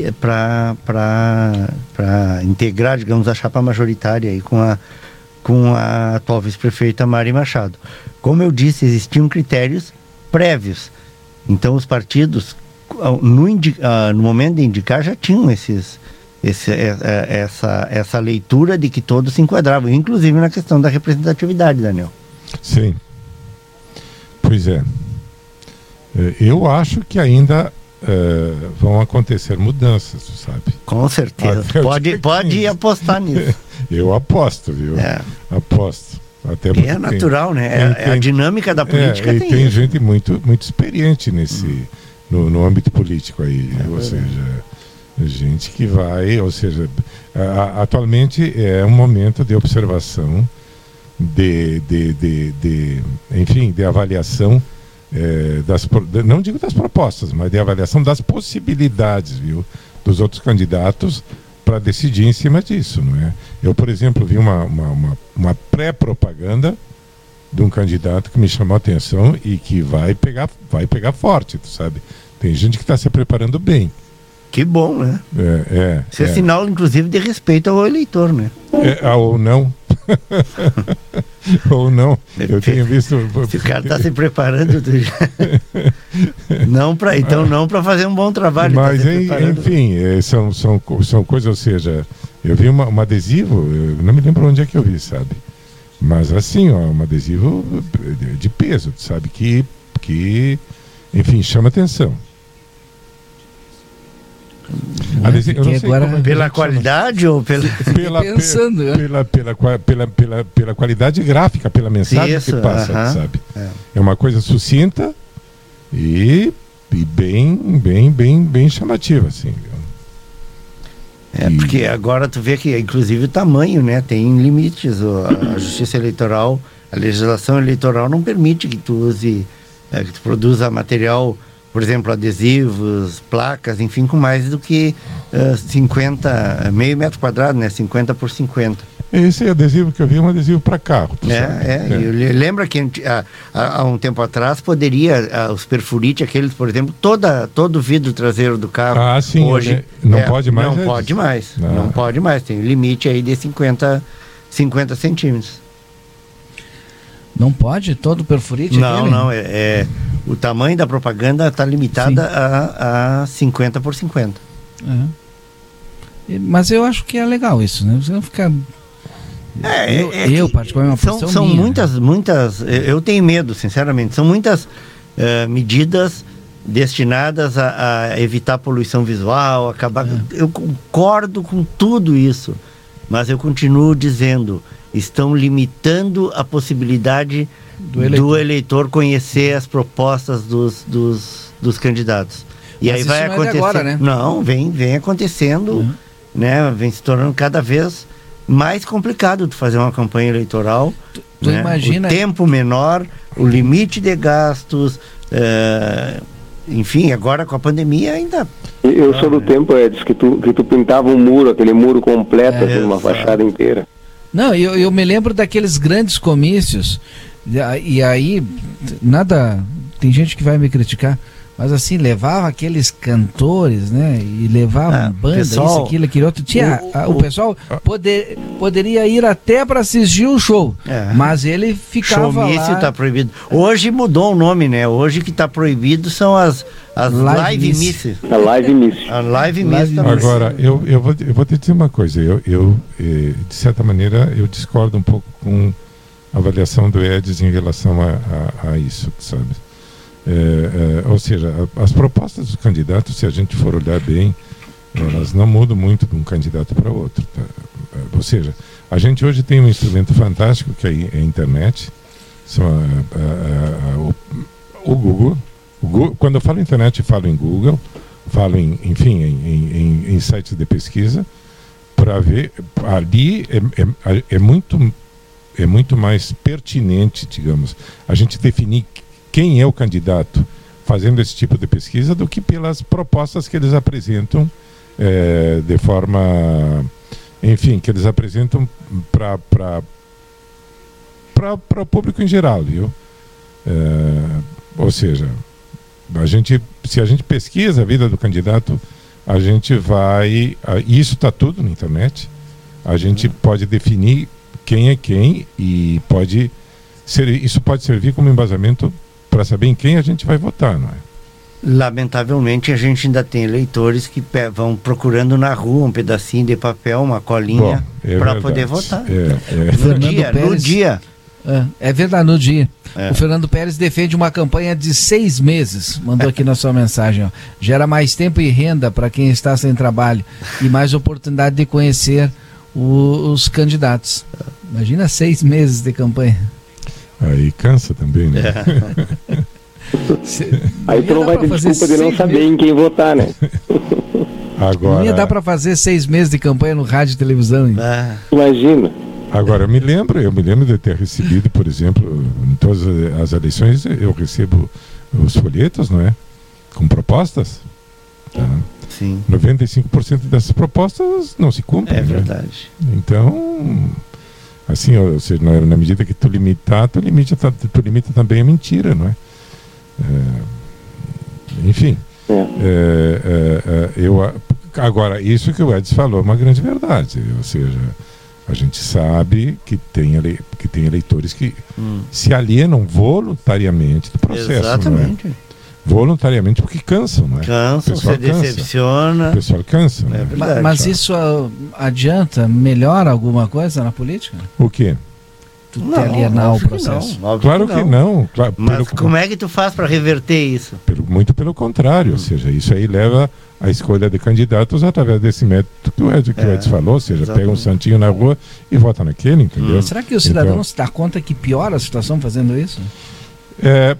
para integrar, digamos, a chapa majoritária aí com a, com a atual vice-prefeita Mari Machado. Como eu disse, existiam critérios prévios. Então, os partidos, no, indi, uh, no momento de indicar, já tinham esses, esse, essa, essa leitura de que todos se enquadravam, inclusive na questão da representatividade, Daniel. Sim. Pois é. Eu acho que ainda uh, vão acontecer mudanças, sabe? Com certeza. Pode, pode apostar nisso. Eu aposto, viu? É. Aposto. Até é natural, né? É, tem, é a dinâmica da política. É, e tem, tem isso. gente muito, muito experiente nesse, hum. no, no âmbito político aí, é ou verdade. seja, gente que vai, ou seja, a, atualmente é um momento de observação, de, de, de, de enfim, de avaliação, é, das, não digo das propostas, mas de avaliação das possibilidades, viu, dos outros candidatos, para decidir em cima disso, não é? Eu, por exemplo, vi uma, uma, uma, uma pré-propaganda de um candidato que me chamou a atenção e que vai pegar, vai pegar forte, tu sabe? Tem gente que está se preparando bem. Que bom, né? É, é, Isso é, é sinal, inclusive, de respeito ao eleitor, né? É, ou não. Ou não. Eu tenho visto. Se o cara está se preparando, tu já... não para então não para fazer um bom trabalho. Mas tá em, enfim, é, são, são, são coisas, ou seja, eu vi uma, um adesivo, eu não me lembro onde é que eu vi, sabe? Mas assim, ó, um adesivo de peso, sabe? Que, que enfim, chama atenção. Adesivo, eu não sei agora, como, pela qualidade ou pela pela, pensando, pe, pela, pela, pela, pela, pela qualidade gráfica, pela mensagem Isso, que passa, uh-huh. sabe? É. é uma coisa sucinta e, e bem, bem, bem, bem chamativa, assim. É, e... porque agora tu vê que, inclusive, o tamanho, né? Tem limites. A, a justiça eleitoral, a legislação eleitoral não permite que tu use, é, que tu produza material, por exemplo, adesivos, placas, enfim, com mais do que uh, cinquenta, meio metro quadrado, né? cinquenta por cinquenta. Esse adesivo que eu vi é um adesivo para carro. É, é, é. Eu lembro que há, há um tempo atrás poderia, uh, os perfurite, aqueles, por exemplo, toda, todo o vidro traseiro do carro. Ah, sim. Hoje né? Não é, pode mais? Não é pode mais. Ah. Não pode mais. Tem limite aí de cinquenta centímetros. Não pode? Todo perfurite? Não, aquele? não. É, é, o tamanho da propaganda está limitada a, a cinquenta por cinquenta. É. Mas eu acho que é legal isso, né? Você não fica... É, eu, é eu particularmente, uma são, são minha. muitas, muitas... Eu tenho medo, sinceramente. São muitas uh, medidas destinadas a, a evitar poluição visual, acabar... É. Eu concordo com tudo isso, mas eu continuo dizendo... Estão limitando a possibilidade do eleitor, do eleitor conhecer as propostas dos, dos, dos candidatos. E Mas aí vai não acontecer. É agora, né? Não, vem, vem acontecendo, uhum. né? Vem se tornando cada vez mais complicado de fazer uma campanha eleitoral. Tu, tu né? imagina... O tempo menor, o limite de gastos, uh, enfim, agora com a pandemia ainda. Eu sou do ah, tempo, Edson, que tu, que tu pintava um muro, aquele muro completo, é, assim, uma fachada inteira. Não, eu, eu me lembro daqueles grandes comícios, e aí, nada, tem gente que vai me criticar, Mas assim, levava aqueles cantores, né? E levava Ah, banda, pessoal, isso, aquilo, aquilo outro. Tinha, o- a- o, o- pessoal poder, poderia ir até para assistir o show, É. mas ele ficava Showmício lá. tá proibido. Hoje mudou o nome, né? Hoje que tá proibido são as, as Live live miss. misses. A live miss. A live miss Live também. Agora, eu, eu, vou, eu vou te dizer uma coisa. Eu, eu eh, de certa maneira, eu discordo um pouco com a avaliação do Edson em relação a, a, a isso, sabe? É, é, ou seja, a, as propostas dos candidatos, se a gente for olhar bem, elas não mudam muito de um candidato para outro. Tá? É, ou seja, a gente hoje tem um instrumento fantástico que é a internet, são a, a, a, o, o Google. O Google. Quando eu falo internet, eu falo em Google, falo em, enfim, em, em, em, em sites de pesquisa, para ver, ali é, é, é, muito, é muito mais pertinente, digamos, a gente definir quem é o candidato fazendo esse tipo de pesquisa do que pelas propostas que eles apresentam é, de forma, enfim, que eles apresentam para para o público em geral, viu? É, ou seja, a gente, se a gente pesquisa a vida do candidato, a gente vai, isso está tudo na internet, a gente pode definir quem é quem e pode ser, isso pode servir como embasamento para saber em quem a gente vai votar, não é? Lamentavelmente, a gente ainda tem eleitores que pe- vão procurando na rua um pedacinho de papel, uma colinha, é para verdade. poder votar. É, é. No Fernando dia, no Pérez- dia. É, é verdade, no dia. É. O Fernando Pérez defende uma campanha de seis meses. Mandou aqui na sua mensagem. Ó. Gera mais tempo e renda para quem está sem trabalho e mais oportunidade de conhecer o- os candidatos. Imagina seis meses de campanha. Aí cansa também, né? É. Aí tu não vai ter desculpa de não saber em quem votar, né? Agora, Não ia dar para fazer seis meses de campanha no rádio e televisão. Hein? Ah, Imagina. agora eu me lembro, eu me lembro de ter recebido, por exemplo, em todas as eleições eu recebo os folhetos, não é? Com propostas. Tá? sim, noventa e cinco por cento dessas propostas não se cumprem. é né? verdade. Então, assim, ou seja, na, na medida que tu limitar, tu limita, tu limita também a mentira, não é? É, enfim, É. é, é, é, eu, a- agora, isso que o Edson falou é uma grande verdade, ou seja, a gente sabe que tem, ele, que tem eleitores que Hum. se alienam voluntariamente do processo, Exatamente. não é? Voluntariamente porque cansam, não é? Cansam, O pessoal se cansa. decepciona. O pessoal cansa, É né? verdade. Ma- Mas isso ah, adianta, melhora alguma coisa na política? O quê? Tu Não, te alienar o óbvio que processo? não, óbvio Claro que não. Claro, Mas pelo- como é que tu faz para reverter isso? Pelo- muito pelo contrário, ou seja, isso aí leva à escolha de candidatos através desse método que o Edson, que o É, Edson falou, ou seja, pega um exatamente. santinho na rua e vota naquele, entendeu? Será que o cidadão Então, se dá conta que piora a situação fazendo isso? é,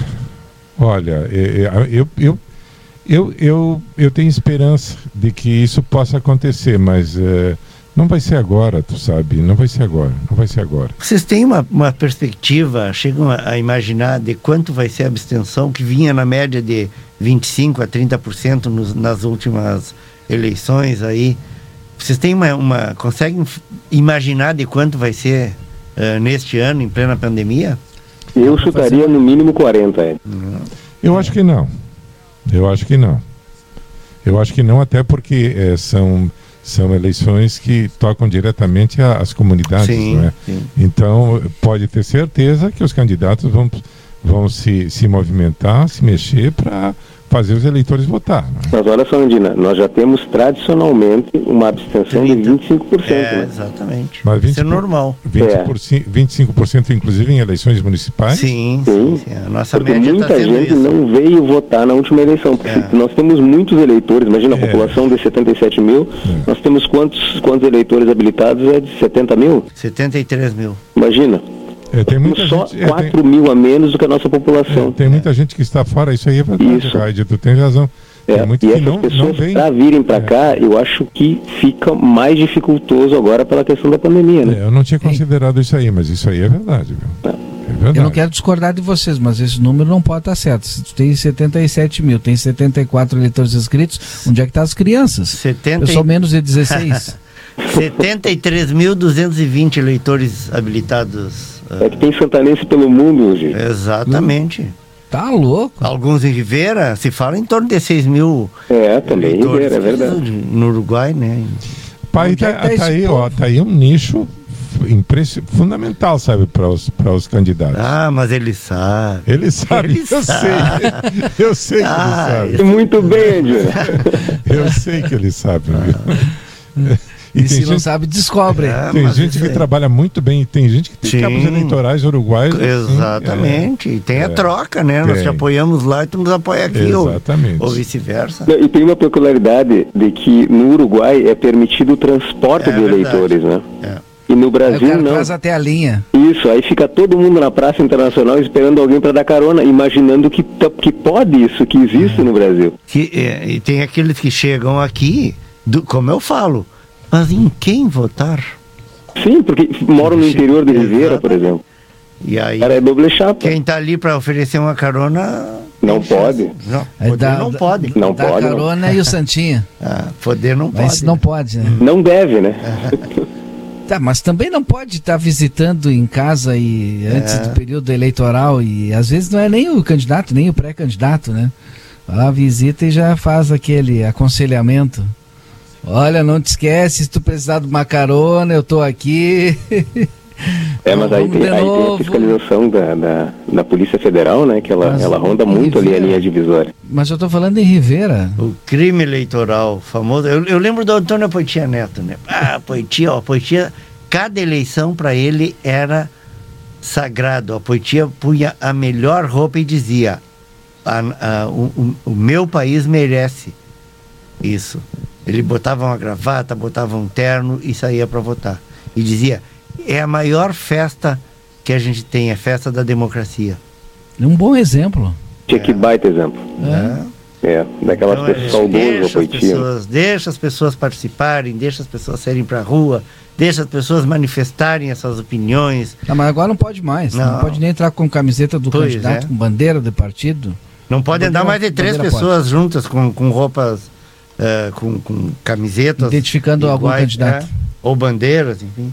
olha, é, é, eu, eu, eu, eu, eu tenho esperança de que isso possa acontecer, mas é, não vai ser agora, tu sabe, não vai ser agora, não vai ser agora. Vocês têm uma, uma perspectiva, chegam a, a imaginar de quanto vai ser a abstenção, que vinha na média de vinte e cinco por cento a trinta por cento nos, nas últimas eleições aí? Vocês têm uma, uma conseguem f- imaginar de quanto vai ser eh, neste ano, em plena pandemia? Eu chutaria no mínimo quarenta, é. Eu acho que não. Eu acho que não. Eu acho que não, até porque eh, são, são eleições que tocam diretamente a- as comunidades, Sim, não é? sim. Então, pode ter certeza que os candidatos vão, vão se, se movimentar, se mexer para fazer os eleitores votar. Não é? Mas olha só, Andina, nós já temos tradicionalmente uma abstenção de vinte e cinco por cento, É, né? exatamente. Mas Isso é por- normal. vinte por cento, vinte e cinco por cento inclusive em eleições municipais? Sim, Sim, sim, sim. A nossa Porque média muita está sendo gente isso. não veio votar na última eleição. Porque É. se nós temos muitos eleitores, imagina a É. população de setenta e sete mil, É. nós temos quantos, quantos eleitores habilitados? É de setenta mil? setenta e três mil. Imagina. É, tem muita Temos só gente, é, quatro tem, mil a menos do que a nossa população. é, tem muita gente que está fora, isso aí é verdade, Isso. Raide, tu tem razão. É, Tem muito e que essas não, não pessoas, vem. para virem para É. cá, eu acho que fica mais dificultoso agora pela questão da pandemia, né? É, eu não tinha considerado isso aí, mas isso aí é verdade, viu? É verdade. Eu não quero discordar de vocês, mas esse número não pode estar certo. Se tu tem setenta e sete mil, tem setenta e quatro eleitores inscritos, onde é que estão as crianças? setenta Eu sou menos de dezesseis. setenta e três mil duzentos e vinte eleitores habilitados. É que tem santanense pelo mundo, gente. Exatamente. Tá louco. Alguns em Rivera, se fala em torno de seis mil. É, também em Rivera, é verdade. No Uruguai, né? Pai, tá, tá, tá aí, ó, tá aí um nicho impression... fundamental, sabe, para os, para os candidatos. Ah, mas ele sabe. Ele sabe, ele eu sabe. sei. Eu sei que ah, ele sabe. Muito bem, André. Eu sei que ele sabe. Ah. E, e se gente, não sabe, descobre. É, tem gente que é. trabalha muito bem, tem gente que tem Sim. cabos eleitorais uruguaios. Exatamente. Assim, e tem é, a troca, né? Tem. Nós te apoiamos lá e tu nos apoia aqui. Exatamente. Ou, ou vice-versa. E tem uma peculiaridade de que no Uruguai é permitido o transporte é, de eleitores, né? É. E no Brasil aí o não. Faz até a linha. Isso, aí fica todo mundo na Praça Internacional esperando alguém para dar carona, imaginando que, que pode isso, que existe é. no Brasil. Que, é, e tem aqueles que chegam aqui, do, como eu falo, mas em quem votar? Sim, porque moram no interior de Rivera, por exemplo. E aí, cara, é doble chapa. Quem tá ali para oferecer uma carona... Não pode. Não, poder dá, não pode. Não dá pode. carona não. E o Santinha. Ah, poder não mas pode. não pode, né? Não deve, né? Tá, mas também não pode estar tá visitando em casa e antes é. do período eleitoral e às vezes não é nem o candidato, nem o pré-candidato, né? Vai lá, visita e já faz aquele aconselhamento. Olha, não te esquece, se tu precisar de uma carona, eu tô aqui. É, mas aí tem, aí tem a fiscalização da, da, da Polícia Federal, né? Que ela, ela ronda muito Rivera. Ali a linha divisória. Mas eu tô falando em Rivera. O crime eleitoral famoso. Eu, eu lembro do Antônio Poitia Neto, né? Ah, Poitia, ó, Poitia, cada eleição para ele era sagrado. A Poitia punha a melhor roupa e dizia: a, a, o, o, o meu país merece isso. Ele botava uma gravata, botava um terno e saía para votar. E dizia: é a maior festa que a gente tem, é a festa da democracia. É um bom exemplo. Tinha que baita exemplo. É, é daquelas então, pessoas saudosas, pessoas, deixa as pessoas participarem, deixa as pessoas saírem para a rua, deixa as pessoas manifestarem essas opiniões. Não, mas agora não pode mais. Não, não pode nem entrar com camiseta do pois candidato, é. com bandeira do partido. Não pode andar mais de três pessoas pode. juntas com, com roupas, uh, com, com camisetas. Identificando iguais, algum candidato. É, ou bandeiras, enfim.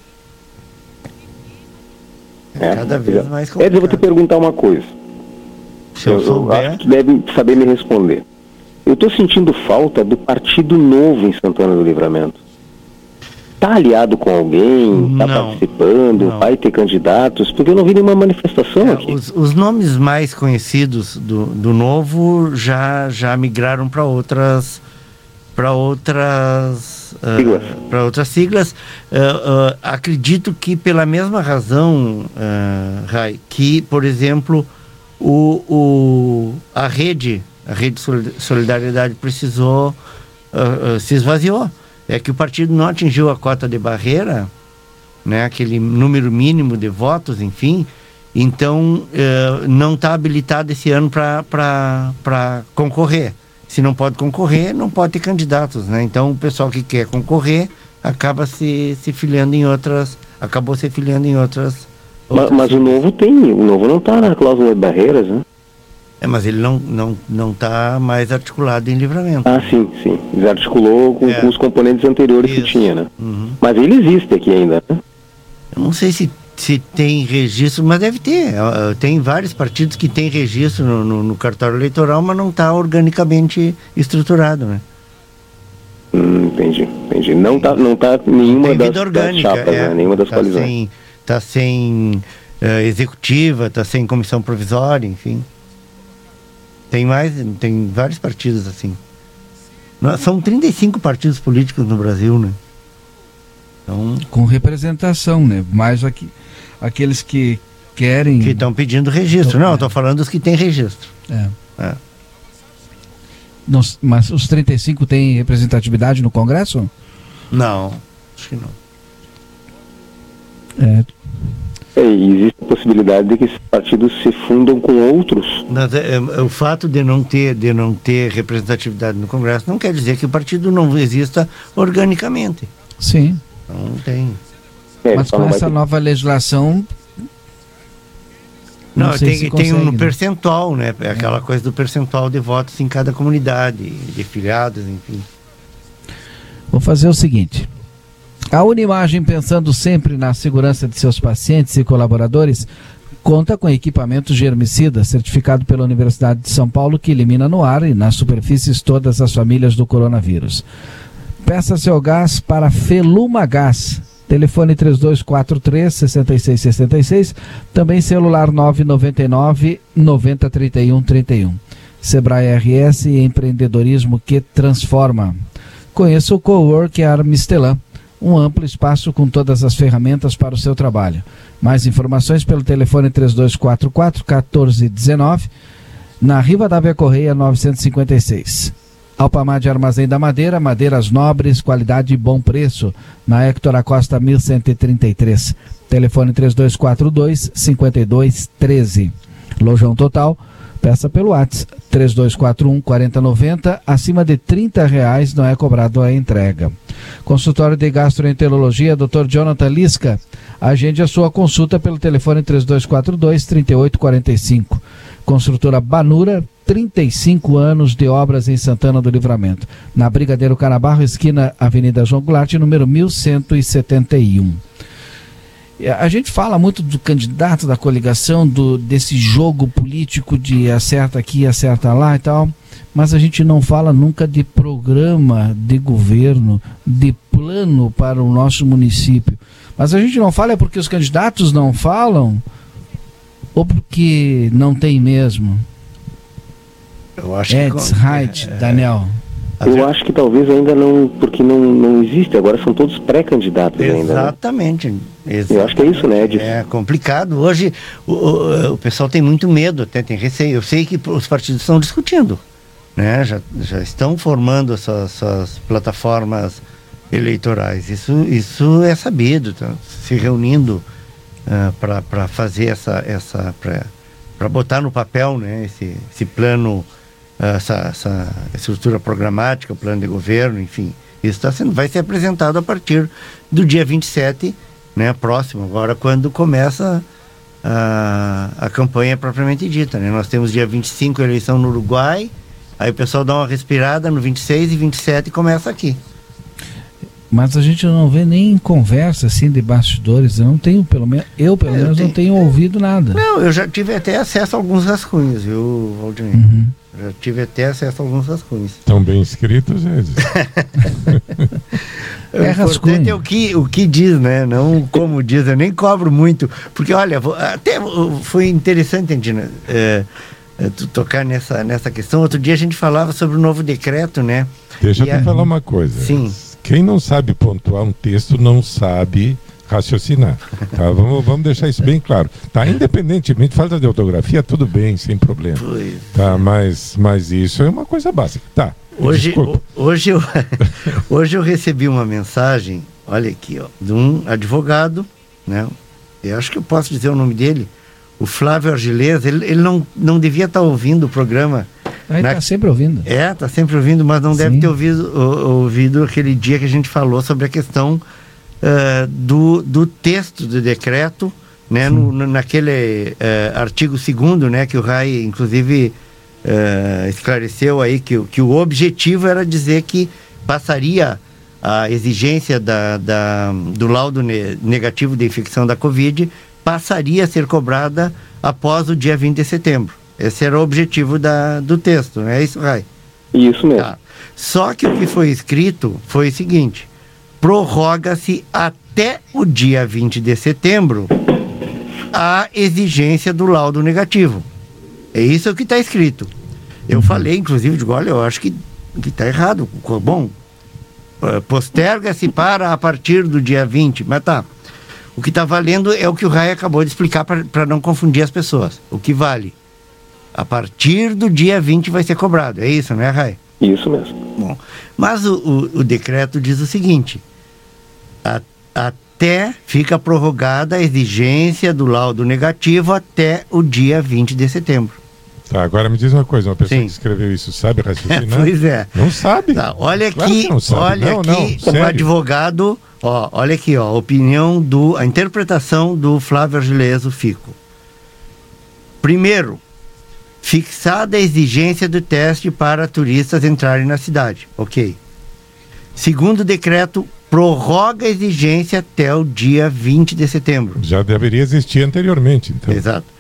É, cada vez é. mais complicado. Ed, eu vou te perguntar uma coisa. Se eu, eu souber... acho que tu deve saber me responder. Eu estou sentindo falta do Partido Novo em Santana do Livramento. Está aliado com alguém? Está participando? Não. Vai ter candidatos? Porque eu não vi nenhuma manifestação é, aqui. Os, os nomes mais conhecidos do, do Novo já, já migraram para outras... para outras siglas. Uh, para outras siglas. Uh, uh, acredito que pela mesma razão, uh, Rai, que, por exemplo, o, o, a rede, a rede Solidariedade precisou, uh, uh, se esvaziou. É que o partido não atingiu a cota de barreira, né, aquele número mínimo de votos, enfim, então uh, não está habilitado esse ano para concorrer. Se não pode concorrer, não pode ter candidatos, né? Então o pessoal que quer concorrer acaba se, se filiando em outras, acabou se filiando em outras. outras mas, mas o Novo tem, o Novo não está na cláusula de barreiras, né? É, mas ele não não não está mais articulado em Livramento. Ah, sim, sim. Desarticulou com, é. com os componentes anteriores Isso. que tinha, né? Uhum. Mas ele existe aqui ainda, né? Eu não sei se se tem registro, mas deve ter. Tem vários partidos que têm registro no, no, no cartório eleitoral, mas não está organicamente estruturado, né? Hum, entendi, entendi. Não está não tá nenhuma das, das chapas, é, né? Nenhuma das tá coalizões. Está sem, tá sem uh, executiva, está sem comissão provisória, enfim. Tem mais, tem vários partidos assim. São trinta e cinco partidos políticos no Brasil, né? Então, com representação, né? Mais aqui, aqueles que querem... Que estão pedindo registro. Então, não, estou é. falando dos que têm registro. É. é. Não, mas os trinta e cinco têm representatividade no Congresso? Não, acho que não. É. É, existe a possibilidade de que esses partidos se fundam com outros. Mas, é, é, o fato de não ter, de não ter representatividade no Congresso não quer dizer que o partido não exista organicamente. Sim. Não tem. É, mas com essa ter... nova legislação... Não, não tem, se consegue, tem um né? percentual, né? É aquela é. coisa do percentual de votos em cada comunidade, de filiados, enfim. Vou fazer o seguinte. A Unimagem, pensando sempre na segurança de seus pacientes e colaboradores, Conta com equipamento germicida certificado pela Universidade de São Paulo que elimina no ar e nas superfícies todas as famílias do coronavírus. Peça seu gás para Feluma Gás. Telefone três dois quatro três, seis seis seis seis, também celular nove nove nove, nove zero três um três um. Sebrae R S, empreendedorismo que transforma. Conheça o Cowork Armistelã, um amplo espaço com todas as ferramentas para o seu trabalho. Mais informações pelo telefone três dois quatro quatro, um quatro um nove, na Rivadavia Correia novecentos e cinquenta e seis. Alpamar de Armazém da Madeira, madeiras nobres, qualidade e bom preço, na Hector Acosta mil cento e trinta e três. Telefone três dois quatro dois, cinco dois um três. Lojão Total, peça pelo WhatsApp três dois quatro um, quatro zero nove zero, acima de trinta reais não é cobrado a entrega. Consultório de Gastroenterologia, doutor Jonathan Lisca, agende a sua consulta pelo telefone três dois quatro dois, três oito quatro cinco. Construtora Banura, trinta e cinco anos de obras em Santana do Livramento. Na Brigadeiro Canabarro, esquina Avenida João Goulart, número mil cento e setenta e um. A gente fala muito do candidato, da coligação, do, desse jogo político de acerta aqui, acerta lá e tal, mas a gente não fala nunca de programa de governo, de plano para o nosso município. Mas a gente não fala é porque os candidatos não falam ou porque não tem mesmo? Eu acho Eds, que... Reit, é, Daniel. Eu acho que talvez ainda não, porque não, não existe, agora são todos pré-candidatos ainda. Exatamente. Né? Eu acho que é isso, né, Edson? É complicado. Hoje o, o, o pessoal tem muito medo, até tem receio. Eu sei que os partidos estão discutindo, né? Já, já estão formando essas, essas plataformas eleitorais. Isso, isso é sabido, tá? Se reunindo uh, para fazer essa, essa para botar no papel, né, esse, esse plano, essa, essa estrutura programática, o plano de governo, enfim. Isso tá sendo, vai ser apresentado a partir do dia vinte e sete, né, próximo, agora quando começa a, a campanha propriamente dita, né? Nós temos dia vinte e cinco eleição no Uruguai, aí o pessoal dá uma respirada no vinte e seis e vinte e sete começa aqui. Mas a gente não vê nem conversa assim de bastidores. Eu não tenho, pelo menos, eu pelo eu menos tenho... não tenho ouvido nada. Não, eu já tive até acesso a alguns rascunhos, viu, Valdir? Uhum. Já tive até acesso a alguns rascunhos. Estão bem escritos, eles. O é importante é o que, o que diz, né? Não como diz. Eu nem cobro muito. Porque, olha, até foi interessante, Andina, é, é, tu tocar nessa, nessa questão. Outro dia a gente falava sobre o novo decreto, né? Deixa eu a... te falar uma coisa. Sim. Quem não sabe pontuar um texto não sabe raciocinar. Tá? Vamos, vamos deixar isso bem claro. Tá? Independentemente, falta de ortografia, tudo bem, sem problema. Pois tá? É. Mas, mas isso é uma coisa básica. Tá. Hoje, hoje, eu, hoje eu recebi uma mensagem, olha aqui, ó, de um advogado, né? Eu acho que eu posso dizer o nome dele, o Flávio Argilês. Ele, ele não, não devia estar ouvindo o programa. Ele está na... sempre ouvindo. É, está sempre ouvindo, mas não Sim. deve ter ouvido, ou, ouvido aquele dia que a gente falou sobre a questão uh, do, do texto do decreto, né, no, no, naquele uh, artigo segundo, né, que o Rai, inclusive, uh, esclareceu aí que, que o objetivo era dizer que passaria a exigência da, da, do laudo ne- negativo de infecção da Covid, passaria a ser cobrada após o dia vinte de setembro. Esse era o objetivo da, do texto, não é isso, Rai? Isso mesmo. Tá. Só que o que foi escrito foi o seguinte: prorroga-se até o dia vinte de setembro a exigência do laudo negativo. É isso que está escrito. Eu falei, inclusive, digo, olha, eu acho que está errado. Bom, posterga-se para a partir do dia vinte, mas tá. O que está valendo é o que o Rai acabou de explicar para não confundir as pessoas. O que vale? A partir do dia vinte vai ser cobrado. É isso, né, Rai? Isso mesmo. Bom, mas o, o, o decreto diz o seguinte: a, até fica prorrogada a exigência do laudo negativo até o dia vinte de setembro. Tá, agora me diz uma coisa, uma pessoa Sim. que escreveu isso sabe raciocinar? Pois é. Não sabe. Tá, olha Claro aqui, que não sabe. olha Não, aqui não, o advogado, ó, olha aqui, ó, a opinião do, a interpretação do Flávio Argileso Fico. Primeiro, fixada a exigência do teste para turistas entrarem na cidade. Ok. Segundo decreto, prorroga a exigência até o dia vinte de setembro. Já deveria existir anteriormente, então. Exato.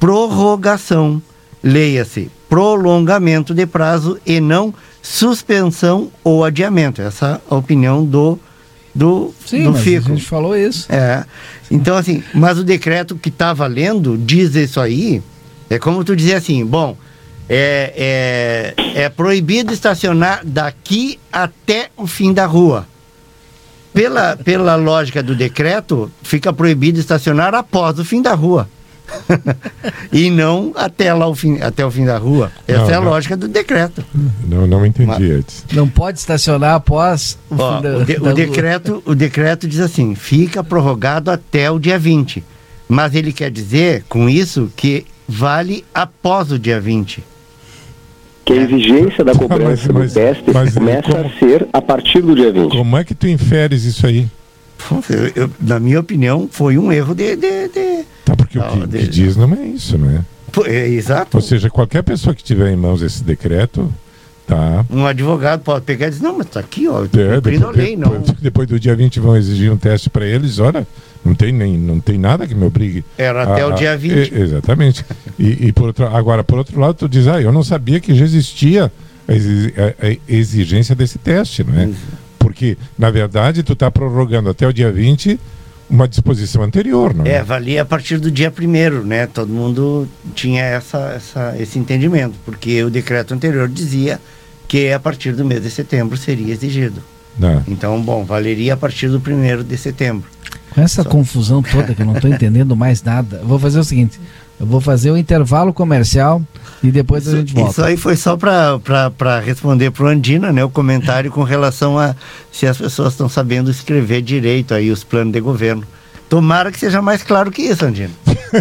prorrogação. Leia-se, prolongamento de prazo e não suspensão ou adiamento. Essa é a opinião do do, Sim, do mas FICO. a gente falou isso. É. Então, assim, mas o decreto que está valendo diz isso aí, é como tu dizer assim, bom, é, é, é proibido estacionar daqui até o fim da rua. Pela, pela lógica do decreto, fica proibido estacionar após o fim da rua. E não até lá o fim, até o fim da rua. Essa não, é a não. lógica do decreto. Não, não entendi, Edson. Não pode estacionar após o Ó, fim da, o, de, da o decreto, o decreto diz assim, fica prorrogado até o dia vinte. Mas ele quer dizer, com isso, que vale após o dia vinte. Que a exigência da cobrança Mas- mas- do teste mas começa como- a ser a partir do dia vinte. Como é que tu inferes isso aí? Eu- eu- na minha opinião, foi um erro de... de, de... Tá, porque Não, o que, de- que diz não é isso, né? Pô, é, exato. Ou seja, qualquer pessoa que tiver em mãos esse decreto, tá... Um advogado pode pegar e dizer, não, mas tá aqui, ó, eu tô É, cumprindo a depois, lei, não. depois, depois do dia vinte vão exigir um teste para eles, olha, não tem, nem, não tem nada que me obrigue. Era até a- o dia a- vinte. e- exatamente. E, e por outro, agora, por outro lado, tu diz, ah, eu não sabia que já existia a, exi- a- a exigência desse teste, não é? Porque, na verdade, tu está prorrogando até o dia vinte uma disposição anterior, não é? É, valia a partir do dia primeiro, né? Todo mundo tinha essa, essa, esse entendimento, porque o decreto anterior dizia que a partir do mês de setembro seria exigido. Não. Então, bom, valeria a partir do primeiro de setembro. Com essa confusão toda que eu não estou entendendo mais nada, eu vou fazer o seguinte: eu vou fazer o intervalo comercial e depois a gente volta. Isso aí foi só para responder para o Andina, né? O comentário com relação a se as pessoas estão sabendo escrever direito aí os planos de governo. Tomara que seja mais claro que isso, Andina.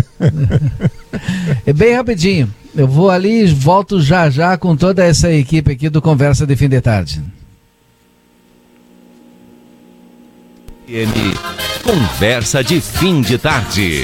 É bem rapidinho. Eu vou ali e volto já já com toda essa equipe aqui do Conversa de Fim de Tarde. Conversa de Fim de Tarde.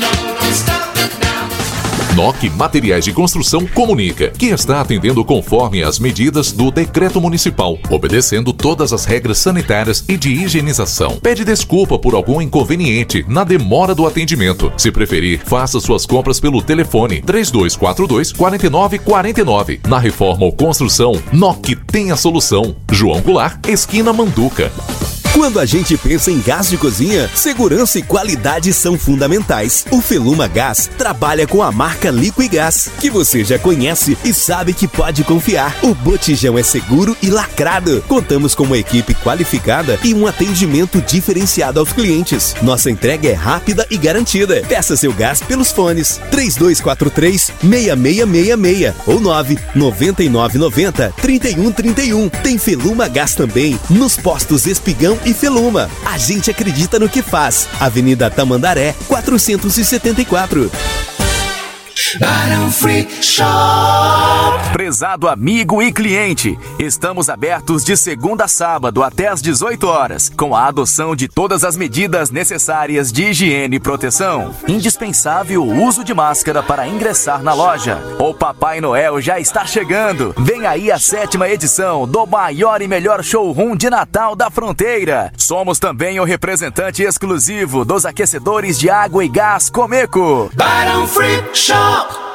N O C Materiais de Construção comunica que está atendendo conforme as medidas do decreto municipal, obedecendo todas as regras sanitárias e de higienização. Pede desculpa por algum inconveniente na demora do atendimento. Se preferir, faça suas compras pelo telefone três dois quatro dois, quatro nove quatro nove. Na reforma ou construção, N O C tem a solução. João Goulart, esquina Manduca. Quando a gente pensa em gás de cozinha, segurança e qualidade são fundamentais. O Feluma Gás trabalha com a marca Liquigás, que você já conhece e sabe que pode confiar. O botijão é seguro e lacrado. Contamos com uma equipe qualificada e um atendimento diferenciado aos clientes. Nossa entrega é rápida e garantida. Peça seu gás pelos fones três dois quatro três, seis seis seis seis ou nove nove nove nove zero, três um três um. Tem Feluma Gás também nos postos Espigão e Feluma. A gente acredita no que faz. Avenida Tamandaré, quatrocentos e setenta e quatro. Barão Free Shop. Prezado amigo e cliente, estamos abertos de segunda a sábado até às dezoito horas, com a adoção de todas as medidas necessárias de higiene e proteção. Indispensável o uso de máscara para ingressar na loja. O Papai Noel já está chegando. Vem aí a sétima edição do maior e melhor showroom de Natal da fronteira. Somos também o representante exclusivo dos aquecedores de água e gás Comeco. Barão Free Shop.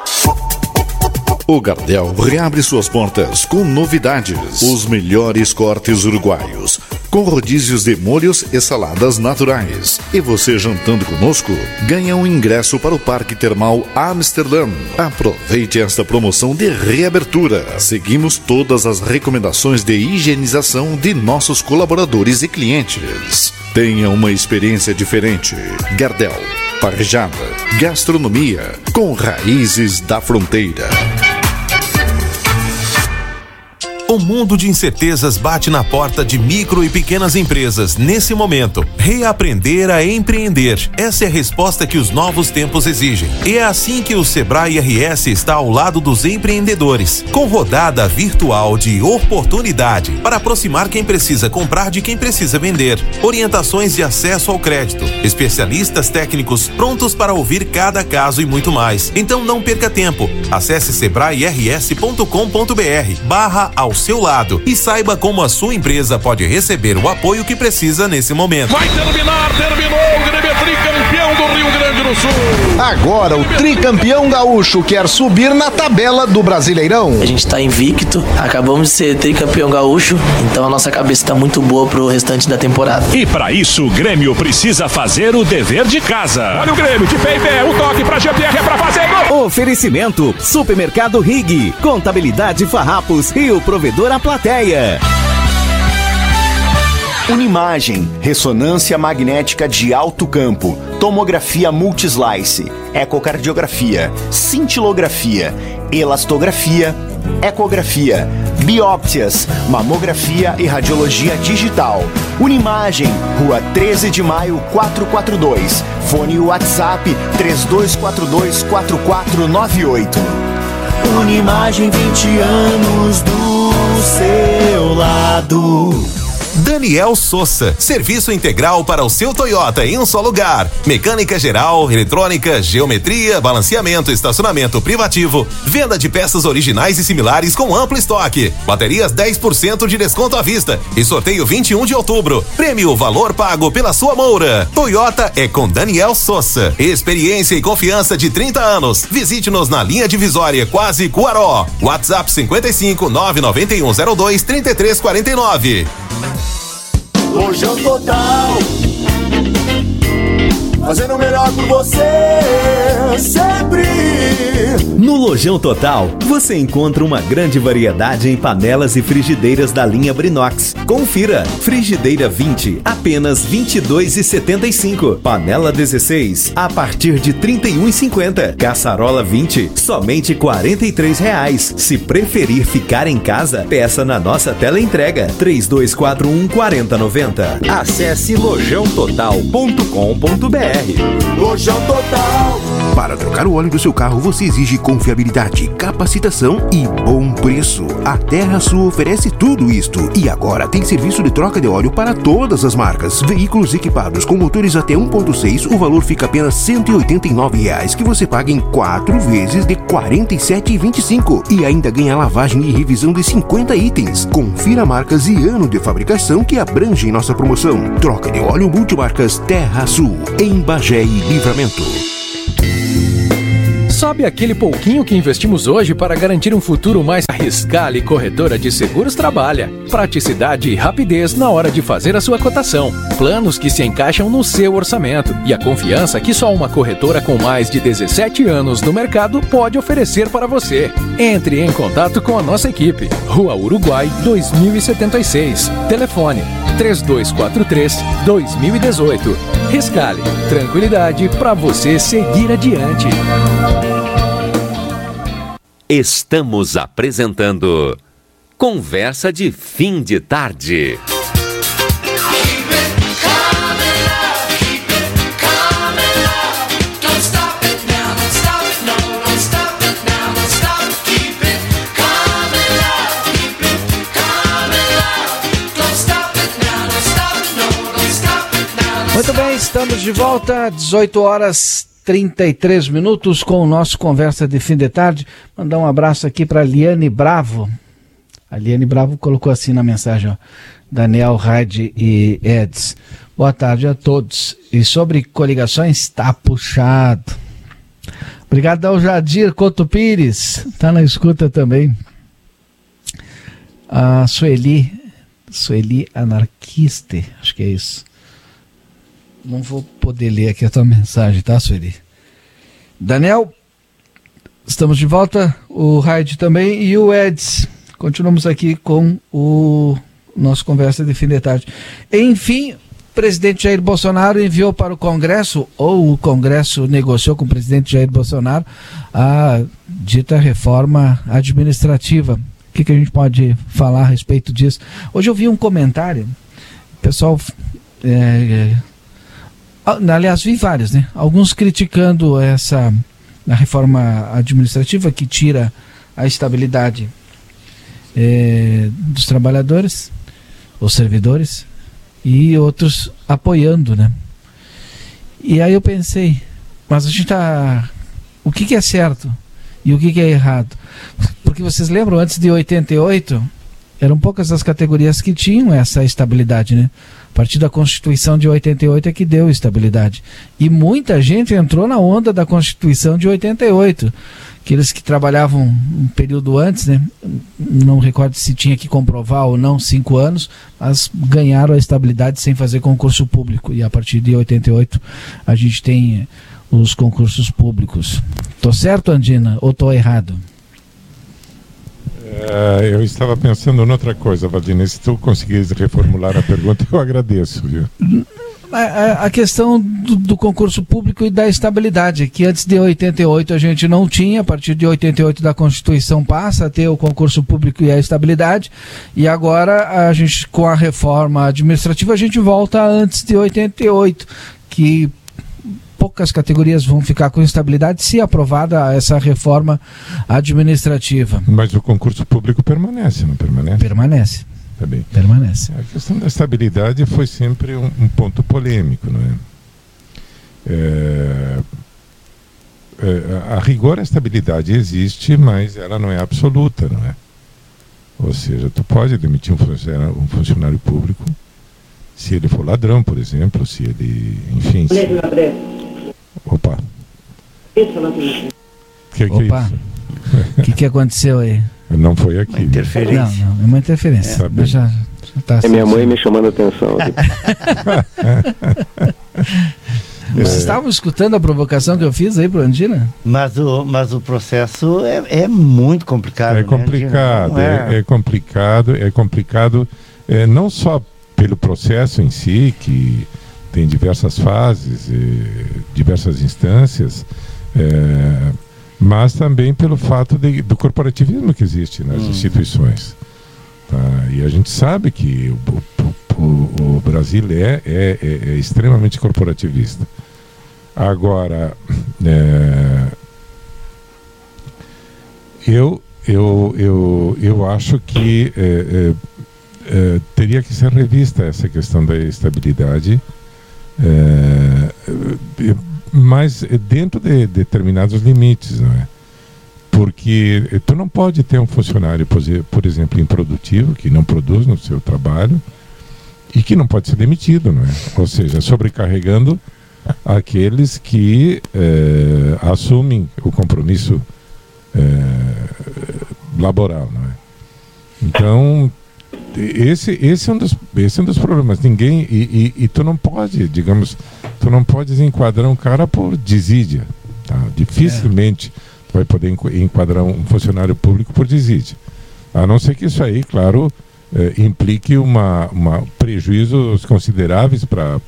O Gardel reabre suas portas com novidades. Os melhores cortes uruguaios, com rodízios de molhos e saladas naturais. E você jantando conosco, ganha um ingresso para o Parque Termal Amsterdã. Aproveite esta promoção de reabertura. Seguimos todas as recomendações de higienização de nossos colaboradores e clientes. Tenha uma experiência diferente. Gardel, parrejada, gastronomia com raízes da fronteira. O mundo de incertezas bate na porta de micro e pequenas empresas nesse momento. Reaprender a empreender. Essa é a resposta que os novos tempos exigem. E é assim que o Sebrae R S está ao lado dos empreendedores, com rodada virtual de oportunidade para aproximar quem precisa comprar de quem precisa vender. Orientações de acesso ao crédito, especialistas técnicos prontos para ouvir cada caso e muito mais. Então não perca tempo. Acesse sebrae r s ponto com ponto b r barra ao seu lado e saiba como a sua empresa pode receber o apoio que precisa nesse momento. Vai terminar, terminou o Grêmio tricampeão do Rio Grande do do Sul. Agora o tricampeão gaúcho quer subir na tabela do Brasileirão. A gente tá invicto, acabamos de ser tricampeão gaúcho, então a nossa cabeça tá muito boa pro restante da temporada. E para isso o Grêmio precisa fazer o dever de casa. Olha o Grêmio, que fez é o toque pra Jean-Pierre, é pra fazer gol. Oferecimento Supermercado Rig, Contabilidade Farrapos e o provedor A Plateia. Unimagem, ressonância magnética de alto campo, tomografia multislice, ecocardiografia, cintilografia, elastografia, ecografia, biópsias, mamografia e radiologia digital. Unimagem, Rua treze de maio quatrocentos e quarenta e dois, fone WhatsApp três dois quatro dois quatro quatro nove oito. Unimagem, vinte anos do seu lado. Daniel Souza, serviço integral para o seu Toyota em um só lugar. Mecânica geral, eletrônica, geometria, balanceamento, estacionamento privativo, venda de peças originais e similares com amplo estoque. Baterias dez por cento de desconto à vista e sorteio vinte e um de outubro. Prêmio valor pago pela sua moura. Toyota é com Daniel Souza. Experiência e confiança de trinta anos. Visite-nos na linha divisória Quase Cuaró. WhatsApp cinquenta e cinco, nove nove um zero dois, trinta e três quarenta e nove. Lojão Total, fazendo o melhor por você, sempre. No Lojão Total, você encontra uma grande variedade em panelas e frigideiras da linha Brinox. Confira, frigideira vinte, apenas vinte e dois reais e setenta e cinco centavos. Panela dezesseis, a partir de trinta e um reais e cinquenta centavos. Caçarola vinte, somente quarenta e três reais. Se preferir ficar em casa, peça na nossa tela entrega três dois quatro um, quatro zero nove zero. Acesse lojão total ponto com ponto br. Lojão Total. Para trocar o óleo do seu carro, você exige confiabilidade, capacitação e bom preço. A TerraSul oferece tudo isto e agora tem serviço de troca de óleo para todas as marcas. Veículos equipados com motores até um ponto seis, o valor fica apenas cento e oitenta e nove reais, que você paga em quatro vezes de quarenta e sete reais e vinte e cinco centavos e ainda ganha lavagem e revisão de cinquenta itens. Confira marcas e ano de fabricação que abrangem nossa promoção. Troca de óleo multimarcas TerraSul, em Bagé e Livramento. Sabe aquele pouquinho que investimos hoje para garantir um futuro mais? A Riscale Corretora de Seguros trabalha. Praticidade e rapidez na hora de fazer a sua cotação. Planos que se encaixam no seu orçamento. E a confiança que só uma corretora com mais de dezessete anos no mercado pode oferecer para você. Entre em contato com a nossa equipe. Rua Uruguai dois mil e setenta e seis. Telefone três dois quatro três, dois mil e dezoito. Riscale, tranquilidade para você seguir adiante. Estamos apresentando Conversa de Fim de Tarde. Muito bem, estamos de volta, dezoito horas e trinta e três minutos com o nosso Conversa de Fim de Tarde. Mandar um abraço aqui para Liane Bravo. A Liane Bravo colocou assim na mensagem, ó, Daniel, Raide e Eds. Boa tarde a todos. E sobre coligações, tá puxado. Obrigado ao Jadir Couto Pires, tá na escuta também. A Sueli, Sueli Anarquiste, acho que é isso. Não vou poder ler aqui a tua mensagem, tá, Sueli? Daniel, estamos de volta, o Raid também e o Eds. Continuamos aqui com o nosso Conversa de Fim de Tarde. Enfim, o presidente Jair Bolsonaro enviou para o Congresso, ou o Congresso negociou com o presidente Jair Bolsonaro, a dita reforma administrativa. O que, que a gente pode falar a respeito disso? Hoje eu vi um comentário, pessoal... É, aliás, vi vários, né? Alguns criticando essa a reforma administrativa que tira a estabilidade é, dos trabalhadores, os servidores, e outros apoiando, né? E aí eu pensei, mas a gente tá... O que, que é certo e o que, que é errado? Porque vocês lembram, antes de oitenta e oito, eram poucas as categorias que tinham essa estabilidade, né? partir da Constituição de oitenta e oito é que deu estabilidade. E muita gente entrou na onda da Constituição de oitenta e oito. Aqueles que trabalhavam um período antes, né? Não recordo se tinha que comprovar ou não, cinco anos, mas ganharam a estabilidade sem fazer concurso público. E a partir de oitenta e oito a gente tem os concursos públicos. Tô certo, Andina, ou tô errado? Uh, eu estava pensando em outra coisa, Valdinei. Se tu conseguires reformular a pergunta, eu agradeço, viu? A, a questão do, do concurso público e da estabilidade, que antes de oitenta e oito a gente não tinha, a partir de oitenta e oito da Constituição passa a ter o concurso público e a estabilidade, e agora a gente, com a reforma administrativa, a gente volta antes de oitenta e oito, que poucas categorias vão ficar com estabilidade se aprovada essa reforma administrativa. Mas o concurso público permanece, não permanece? Permanece. Tá bem. Permanece. A questão da estabilidade foi sempre um, um ponto polêmico, não é? É, é? A rigor a estabilidade existe, mas ela não é absoluta, não é? Ou seja, tu pode demitir um funcionário, um funcionário público se ele for ladrão, por exemplo, se ele, enfim... Se... Opa. Que que Opa. O que, que aconteceu aí? Não foi aqui. Uma interferência. Não, não, é uma interferência. É, já, já tá é minha mãe me chamando a atenção aqui. Vocês estavam escutando a provocação que eu fiz aí pro Andina? Mas o, mas o processo é, é muito complicado. É né, complicado, é... É, é complicado, é complicado, é, não só pelo processo em si, que tem diversas fases, é, diversas instâncias, é, mas também pelo fato de, do corporativismo que existe nas hum. instituições. Tá? E a gente sabe que o, o, o Brasil é, é, é, é extremamente corporativista. Agora, é, eu, eu, eu, eu acho que é, é, é, teria que ser revista essa questão da estabilidade, é, é, mas dentro de determinados limites, não é? Porque tu não pode ter um funcionário, por exemplo, improdutivo, que não produz no seu trabalho e que não pode ser demitido, não é? Ou seja, sobrecarregando aqueles que é, assumem o compromisso é, laboral, não é? Então, esse, esse, é um dos, esse é um dos problemas. Ninguém, e, e, e tu não pode, digamos, tu não podes enquadrar um cara por desídia, tá? Dificilmente é. tu vai poder enquadrar um funcionário público por desídia. A não ser que isso aí, claro, é, implique uma, uma prejuízos consideráveis para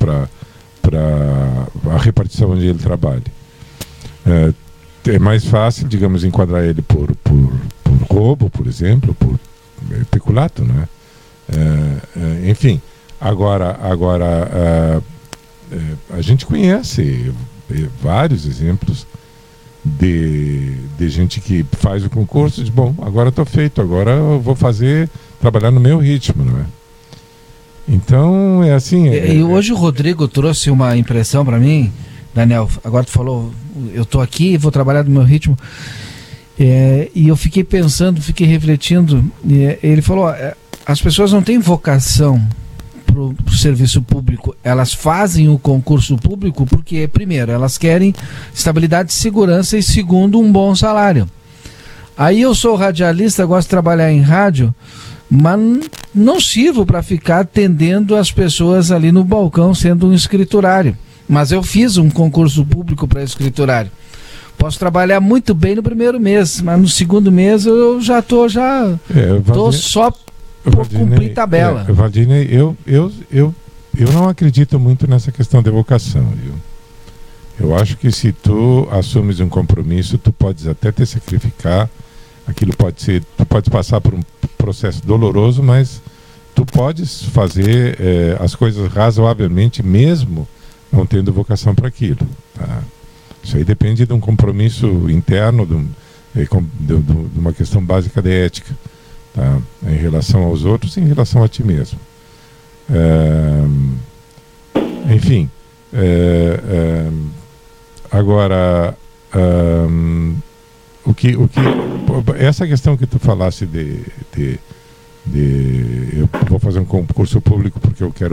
a repartição onde ele trabalha. É, é mais fácil, digamos, enquadrar ele por, por, por roubo, por exemplo, por é, peculato, né? É, é, enfim, agora, agora é, é, a gente conhece é, vários exemplos de, de gente que faz o concurso e diz, bom, agora estou feito, agora eu vou fazer, trabalhar no meu ritmo, não é? Então, é assim... É, e hoje o Rodrigo trouxe uma impressão para mim, Daniel, agora tu falou, eu estou aqui, vou trabalhar no meu ritmo, é, e eu fiquei pensando, fiquei refletindo, e ele falou, é, as pessoas não têm vocação para o serviço público, elas fazem o concurso público porque, primeiro, elas querem estabilidade e segurança e, segundo, um bom salário. Aí eu sou radialista, gosto de trabalhar em rádio, mas não sirvo para ficar atendendo as pessoas ali no balcão sendo um escriturário. Mas eu fiz um concurso público para escriturário. Posso trabalhar muito bem no primeiro mês, mas no segundo mês eu já estou já é, tô só por cumprir tabela. É, Valdinei, eu, eu, eu, eu não acredito muito nessa questão de vocação, viu? Eu acho que se tu assumes um compromisso, tu podes até te sacrificar, aquilo pode ser, tu pode passar por um processo doloroso, mas tu podes fazer é, as coisas razoavelmente mesmo não tendo vocação para aquilo, tá? Isso aí depende de um compromisso interno, de, um, de, de uma questão básica de ética, tá? Em relação aos outros e em relação a ti mesmo. É, enfim, é, é, agora, é, o que, o que, essa questão que tu falasse de, de, de eu vou fazer um concurso público porque eu quero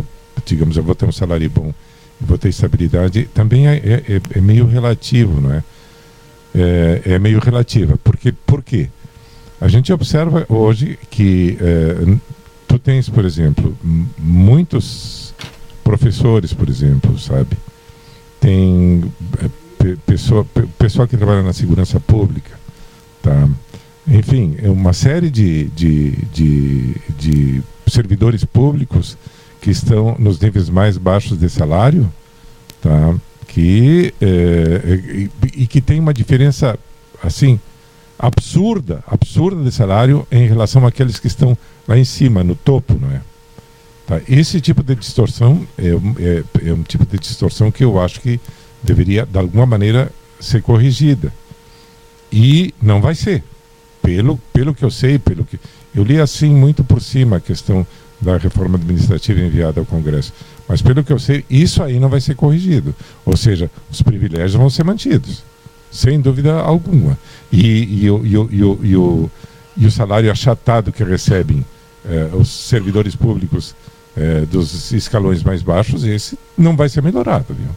digamos, eu vou ter um salário bom, vou ter estabilidade, também é, é, é meio relativo, não é? É, é meio relativa. Porque, por quê? A gente observa hoje que é, tu tens, por exemplo, muitos professores, por exemplo, sabe? Tem é, pessoa, pessoal que trabalha na segurança pública, tá? Enfim, é uma série de, de, de, de servidores públicos que estão nos níveis mais baixos de salário, tá? Que, é, e, e que tem uma diferença, assim, absurda, absurda de salário em relação àqueles que estão lá em cima, no topo, não é? Tá? Esse tipo de distorção é, é, é um tipo de distorção que eu acho que deveria, de alguma maneira, ser corrigida. E não vai ser. Pelo, pelo que eu sei, pelo que eu li assim muito por cima a questão da reforma administrativa enviada ao Congresso, mas pelo que eu sei, isso aí não vai ser corrigido. Ou seja, os privilégios vão ser mantidos, sem dúvida alguma. E, e, o, e, o, e, o, e, o, e o salário achatado que recebem eh, os servidores públicos eh, dos escalões mais baixos, esse não vai ser melhorado, viu?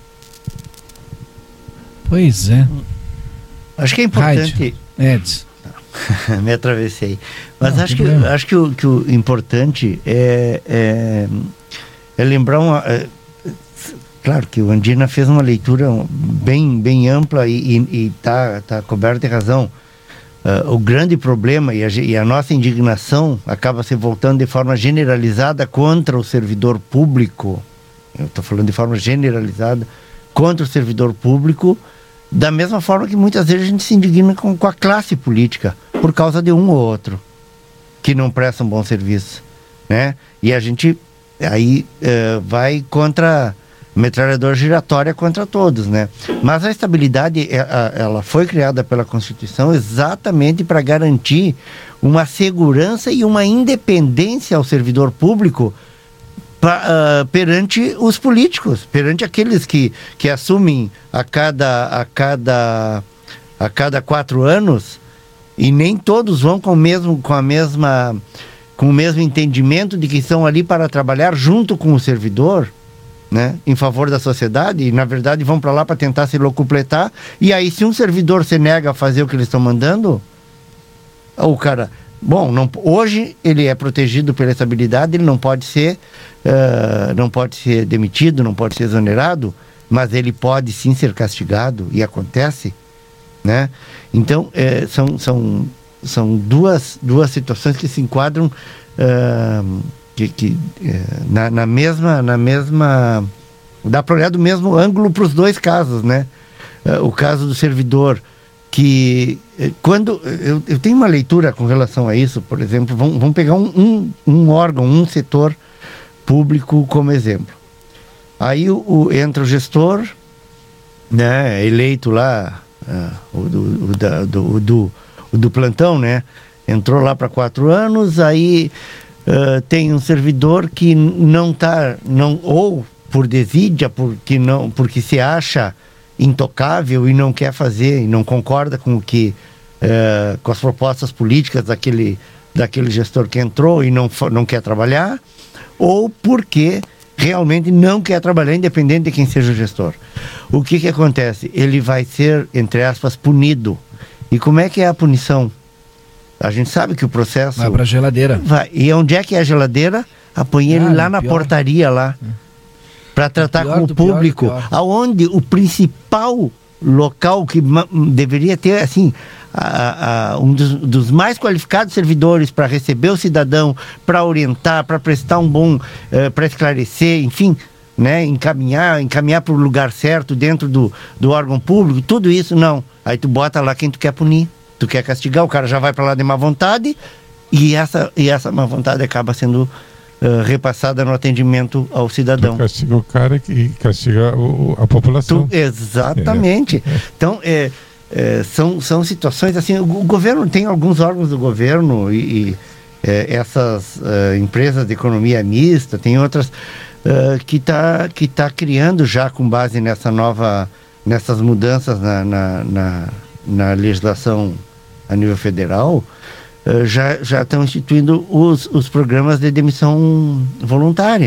Pois é. Acho que é importante... Edson. Me atravessei. Mas Não, acho, que, acho que, o, que o importante é, é, é lembrar uma... É, claro que o Andina fez uma leitura bem, bem ampla e está tá coberta de razão. Uh, o grande problema e a, e a nossa indignação acaba se voltando de forma generalizada contra o servidor público. Eu estou falando de forma generalizada contra o servidor público, da mesma forma que muitas vezes a gente se indigna com, com a classe política, por causa de um ou outro que não presta um bom serviço, né? E a gente aí uh, vai contra metralhadora giratória contra todos, né? Mas a estabilidade, ela foi criada pela Constituição exatamente para garantir uma segurança e uma independência ao servidor público pra, uh, perante os políticos, perante aqueles que, que assumem a cada, a, cada, a cada quatro anos, e nem todos vão com, o mesmo, com, a mesma, com o mesmo entendimento de que estão ali para trabalhar junto com o servidor, né, em favor da sociedade, e na verdade vão para lá para tentar se locupletar, e aí se um servidor se nega a fazer o que eles estão mandando, o cara, bom, não, hoje ele é protegido pela estabilidade, ele não pode ser uh, não pode ser demitido, não pode ser exonerado, mas ele pode sim ser castigado, e acontece, né? Então é, são, são, são duas, duas situações que se enquadram uh, que, que é, na, na mesma na mesma dá para olhar do mesmo ângulo para os dois casos, né? Uh, o caso do servidor que quando eu, eu tenho uma leitura com relação a isso, por exemplo, vamos, vamos pegar um, um, um órgão, um setor público como exemplo. Aí o, o, entra o gestor, né, eleito lá, uh, o, do, o, da, do, o, do, o do plantão, né? Entrou lá para quatro anos, aí uh, tem um servidor que não está, não, ou por desídia, porque, não, porque se acha intocável e não quer fazer, e não concorda com o que, uh, com as propostas políticas daquele, daquele gestor que entrou e não, não quer trabalhar, ou porque realmente não quer trabalhar, independente de quem seja o gestor. O que que acontece? Ele vai ser, entre aspas, punido. E como é que é a punição? A gente sabe que o processo... Vai pra geladeira. Vai. E onde é que é a geladeira? Apanha ele ah, lá na pior. portaria, lá. Para tratar com o público. Pior, aonde o principal local que deveria ter, assim... A, a, um dos, dos mais qualificados servidores para receber o cidadão, para orientar, para prestar um bom, uh, para esclarecer, enfim, né, encaminhar, encaminhar para o lugar certo dentro do, do órgão público, tudo isso, não. Aí tu bota lá quem tu quer punir, tu quer castigar, o cara já vai para lá de má vontade, e essa, e essa má vontade acaba sendo uh, repassada no atendimento ao cidadão. Tu castiga o cara que castiga o, a população. Tu, exatamente. É. Então, é... É, são, são situações assim, o, o governo tem alguns órgãos do governo e, e é, essas uh, empresas de economia mista, tem outras uh, que está que tá criando já com base nessa nova, nessas mudanças na, na, na, na legislação a nível federal, uh, já já estão instituindo os, os programas de demissão voluntária.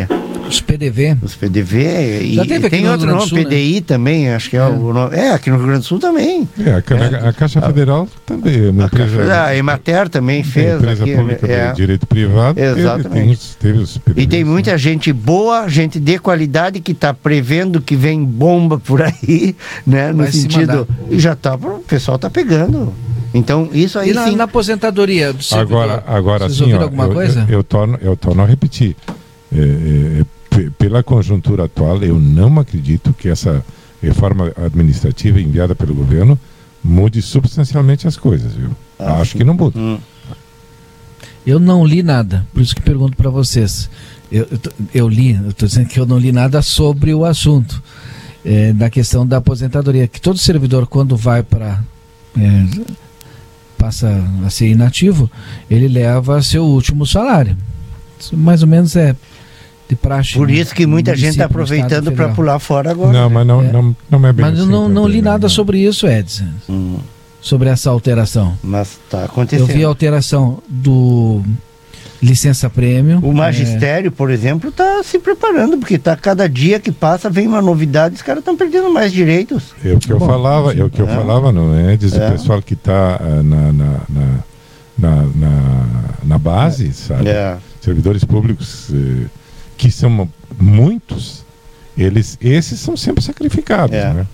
Os P D V. Os P D V. E, Já teve e tem aqui no outro Rio Grande nome, do Sul, P D I, né? Também, acho que é, é o nome. É, aqui no Rio Grande do Sul também. É, a, é. a Caixa Federal também. Uma a, empresa, Caixa, a Emater também fez. Empresa aqui, pública é. de direito privado. Exatamente. Teve, tem os, teve os P D Vs, e tem muita né? gente boa, gente de qualidade que está prevendo que vem bomba por aí, né? No Vai sentido. E já tá, o pessoal está pegando. Então, isso aí e na, sim. na aposentadoria do servidor, agora, agora vocês sim, ouviram ó, alguma eu, coisa? Eu, eu, torno, eu torno a repetir. É, é, p- pela conjuntura atual, eu não acredito que essa reforma administrativa enviada pelo governo mude substancialmente as coisas, viu? Ah, Acho sim. que não muda. Hum. Eu não li nada, por isso que pergunto para vocês. Eu, eu, eu li, eu estou dizendo que eu não li nada sobre o assunto, é, da questão da aposentadoria, que todo servidor, quando vai para... É, passa a ser inativo, ele leva seu último salário. Isso mais ou menos é de praxe. Por isso que muita gente está aproveitando para pular fora agora. Não, mas não é, não, não é bem Mas eu assim, não, não li também, nada não. sobre isso, Edson. Hum. Sobre essa alteração. Mas está acontecendo. Eu vi a alteração do licença-prêmio. O magistério, é... por exemplo, está se preparando, porque tá, cada dia que passa vem uma novidade, os caras estão perdendo mais direitos. É o que eu Bom, falava, é o que eu é. falava, não é? Diz é. o pessoal que está uh, na, na, na, na, na, na base, é. sabe? É. Servidores públicos uh, que são muitos, eles, esses são sempre sacrificados, é. né?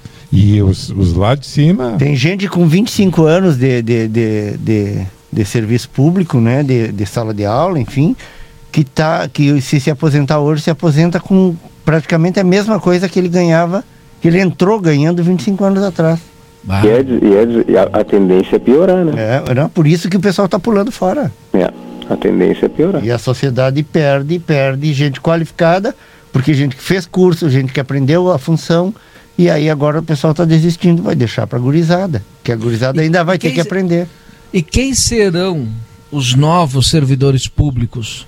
E os, os lá de cima... Tem gente com vinte e cinco anos de... de, de, de... de serviço público, né, de, de sala de aula, enfim, que, tá, que se se aposentar hoje, se aposenta com praticamente a mesma coisa que ele ganhava, que ele entrou ganhando vinte e cinco anos atrás. Ah. E, é, e, é, e a, a tendência é piorar, né? É, não, por isso que o pessoal está pulando fora. É, a tendência é piorar. E a sociedade perde, perde gente qualificada, porque gente que fez curso, gente que aprendeu a função, e aí agora o pessoal está desistindo, vai deixar para a gurizada, que a gurizada ainda vai ter que aprender. E quem serão os novos servidores públicos?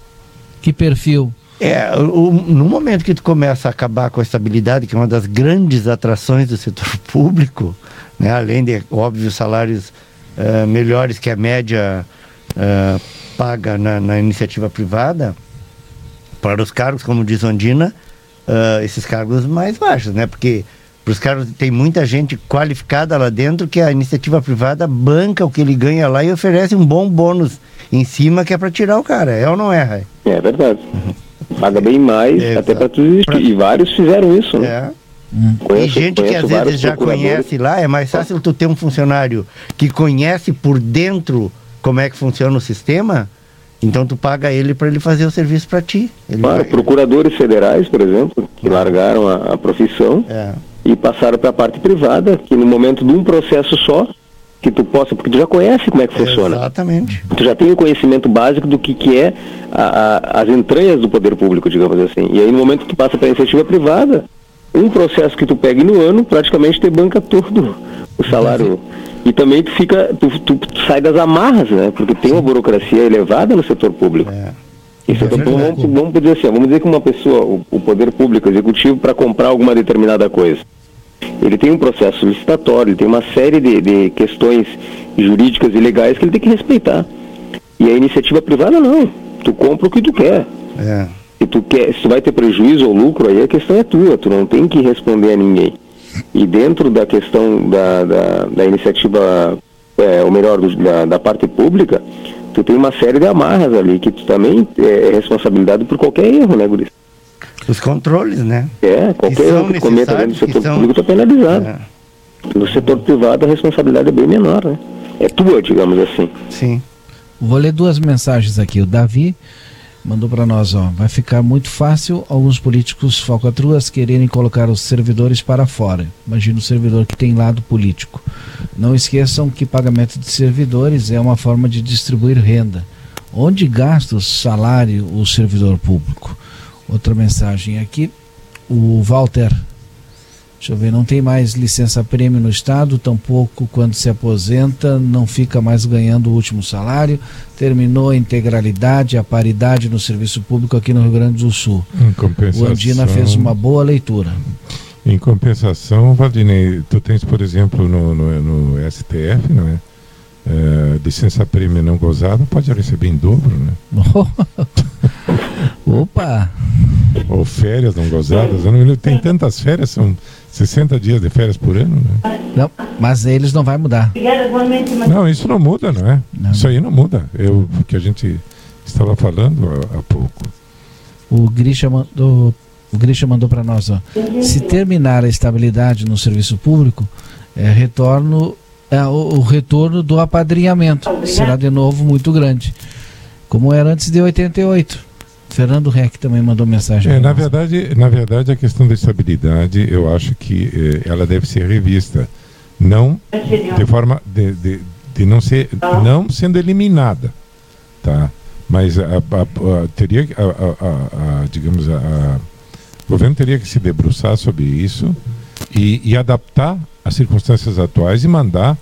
Que perfil? É, o, no momento que tu começa a acabar com a estabilidade, que é uma das grandes atrações do setor público, né, além de, óbvio, salários uh, melhores que a média uh, paga na, na iniciativa privada, para os cargos, como diz Ondina, uh, esses cargos mais baixos, né? Porque para os caras tem muita gente qualificada lá dentro que a iniciativa privada banca o que ele ganha lá e oferece um bom bônus em cima que é para tirar o cara, é ou não é, Rai? É verdade. Paga bem mais, é, até para tudo isso. Pra... E vários fizeram isso, né? É. Hum. Conheço, e gente que às vezes já conhece lá, é mais fácil tu ter um funcionário que conhece por dentro como é que funciona o sistema, então tu paga ele para ele fazer o serviço para ti. Ele claro, vai... procuradores federais, por exemplo, que largaram a, a profissão é. e passaram para a parte privada, que no momento de um processo só, que tu possa, porque tu já conhece como é que funciona. Exatamente. Tu já tem o conhecimento básico do que, que é a, a, as entranhas do poder público, digamos assim. E aí no momento que tu passa para a iniciativa privada, um processo que tu pegue no ano, praticamente te banca todo o salário. E também tu fica, tu, tu, tu sai das amarras, né? Porque tem uma burocracia elevada no setor público. É. E setor é público, vamos, vamos dizer assim, vamos dizer que uma pessoa, o, o poder público, o executivo, para comprar alguma determinada coisa, ele tem um processo licitatório, ele tem uma série de, de questões jurídicas e legais que ele tem que respeitar. E a iniciativa privada não, tu compra o que tu quer. É. Se tu quer, se tu vai ter prejuízo ou lucro, aí a questão é tua, tu não tem que responder a ninguém. E dentro da questão da, da, da iniciativa, é, ou melhor, do, da, da parte pública, tu tem uma série de amarras ali, que tu também é responsabilizado por qualquer erro, né, Guri? Os controles, né? É, qualquer erro que tu cometa dentro do setor são... público tá penalizado. É. No setor privado a responsabilidade é bem menor, né? É tua, digamos assim. Sim. Vou ler duas mensagens aqui. O Davi mandou para nós, ó, vai ficar muito fácil alguns políticos falcatruas quererem colocar os servidores para fora. Imagina o servidor que tem lado político. Não esqueçam que pagamento de servidores é uma forma de distribuir renda. Onde gasta o salário o servidor público? Outra mensagem aqui, o Walter, deixa eu ver, não tem mais licença-prêmio no estado, tampouco quando se aposenta, não fica mais ganhando o último salário, terminou a integralidade, a paridade no serviço público aqui no Rio Grande do Sul. Em compensação... O Andina fez uma boa leitura. Em compensação, Valdinei, tu tens, por exemplo, no, no, no S T F, não é? É, licença-prêmio não gozada pode receber em dobro, né? Opa! ou férias não gozadas, eu não me lembro, tem tantas férias, são sessenta dias de férias por ano, né? Não, mas eles não vai mudar. Não, isso não muda, não é? Não. Isso aí não muda. Eu, o que a gente estava falando há, há pouco. O Grisha mandou, o Grisha mandou para nós, ó. Se terminar a estabilidade no serviço público, é retorno, é, o, o retorno do apadrinhamento será de novo muito grande, como era antes de oitenta e oito. Fernando Reck também mandou mensagem. É, na verdade, na verdade, a questão da estabilidade, eu acho que eh, ela deve ser revista, não de forma de, de, de não ser, não sendo eliminada, tá? Mas a, a, a, teria a, a, a, a, digamos a, a, o governo teria que se debruçar sobre isso e, e adaptar as circunstâncias atuais e mandar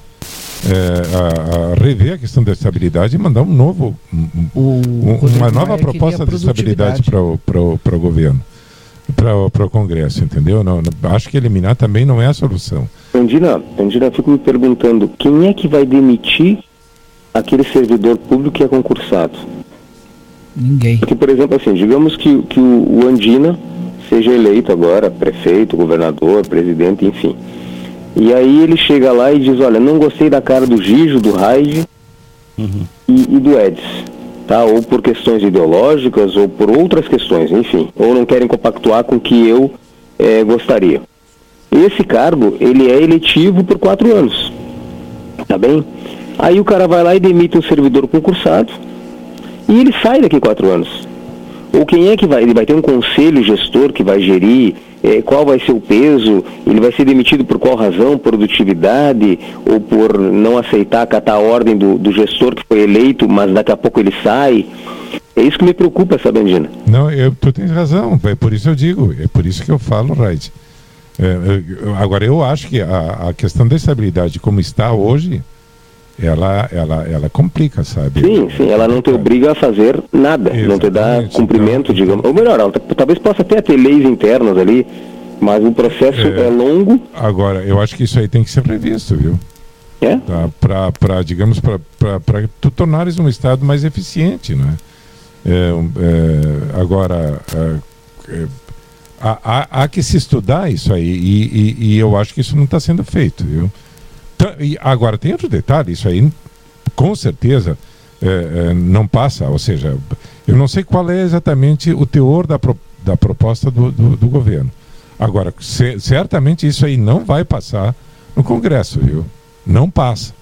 É, a, a rever a questão da estabilidade e mandar um novo um, um, uma nova proposta de estabilidade para o para o governo, para o Congresso, entendeu? Não, não, acho que eliminar também não é a solução. Andina, Andina, eu fico me perguntando, quem é que vai demitir aquele servidor público que é concursado? Ninguém. Porque, por exemplo, assim, digamos que, que o, o Andina seja eleito agora prefeito, governador, presidente, enfim. E aí ele chega lá e diz, olha, não gostei da cara do Gijo, do Raid uhum. e, e do Edis, tá? Ou por questões ideológicas, ou por outras questões, enfim. Ou não querem compactuar com o que eu é, gostaria. Esse cargo, ele é eletivo por quatro anos, tá bem? Aí o cara vai lá e demite um servidor concursado e ele sai daqui quatro anos. Ou quem é que vai? Ele vai ter um conselho gestor que vai gerir, é, qual vai ser o peso, ele vai ser demitido por qual razão, produtividade, ou por não aceitar, acatar a ordem do, do gestor que foi eleito, mas daqui a pouco ele sai. É isso que me preocupa, sabe, Andina? Não, eu, tu tens razão, é por isso eu digo, é por isso que eu falo, Raid. É, eu, agora, eu acho que a, a questão da estabilidade como está hoje, ela, ela, ela complica, sabe? Sim, sim, ela não te obriga a fazer nada, exatamente, não te dá cumprimento, então, digamos. Ou melhor, ela talvez possa até ter leis internas ali, mas o processo é, é longo. Agora, eu acho que isso aí tem que ser previsto, viu? É? Tá, pra, pra, digamos, para tu tornares um Estado mais eficiente, né? É, é, agora, é, há, há, há que se estudar isso aí, e, e, e eu acho que isso não está sendo feito, viu? E agora, tem outro detalhe, isso aí com certeza é, é, não passa, ou seja, eu não sei qual é exatamente o teor da, pro, da proposta do, do, do governo. Agora, ce, certamente isso aí não vai passar no Congresso, viu? Não passa.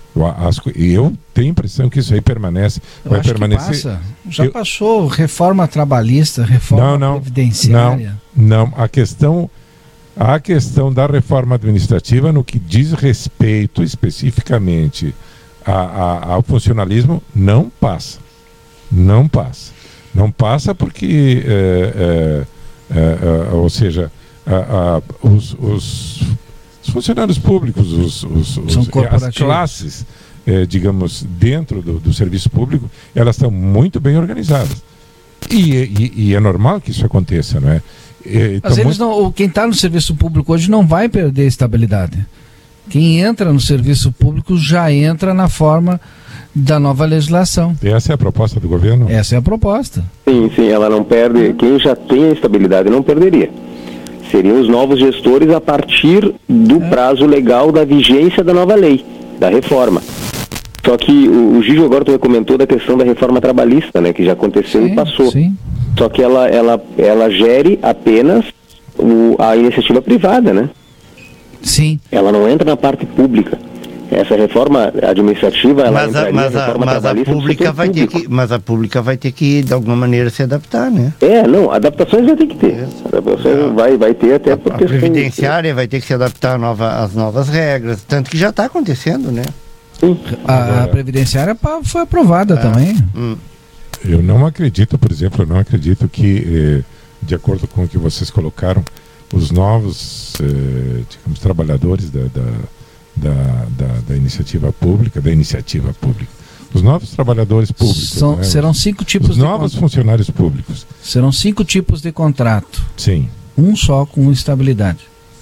E eu tenho a impressão que isso aí permanece, eu vai acho permanecer. Que passa. Já eu... passou reforma trabalhista, reforma não, não, previdenciária. Não, não, a questão... A questão da reforma administrativa, no que diz respeito especificamente a, a, ao funcionalismo, não passa. Não passa. Não passa porque, é, é, é, ou seja, a, a, os, os, os funcionários públicos, os, os, os, as classes, é, digamos, dentro do, do serviço público, elas estão muito bem organizadas. E, e, e é normal que isso aconteça, não é? Mas eles não, quem está no serviço público hoje não vai perder estabilidade. Quem entra no serviço público já entra na forma da nova legislação. Essa é a proposta do governo? Essa é a proposta. Sim, sim, ela não perde. Quem já tem a estabilidade não perderia. Seriam os novos gestores a partir do é. prazo legal da vigência da nova lei, da reforma. Só que o, o Gijo agora também comentou da questão da reforma trabalhista, né, que já aconteceu sim, e passou. Sim. Só que ela, ela, ela gere apenas o, a iniciativa privada, né? Sim. Ela não entra na parte pública. Essa reforma administrativa, ela mas a, mas a, reforma mas a pública vai ter que, mas a pública vai ter que de alguma maneira se adaptar, né? É, não, adaptações vai ter que ter. Adaptações é. vai, vai ter até a, por a previdenciária vai ter que se adaptar às nova, novas regras, tanto que já está acontecendo, né? Sim. A, a previdenciária foi aprovada é. também. Hum. Eu não acredito, por exemplo, eu não acredito que, eh, de acordo com o que vocês colocaram, os novos, eh, digamos, trabalhadores da, da, da, da, da iniciativa pública, da iniciativa pública, os novos trabalhadores públicos, São, né? serão cinco tipos os de novos con... funcionários públicos. Serão cinco tipos de contrato. Sim. Um só com estabilidade.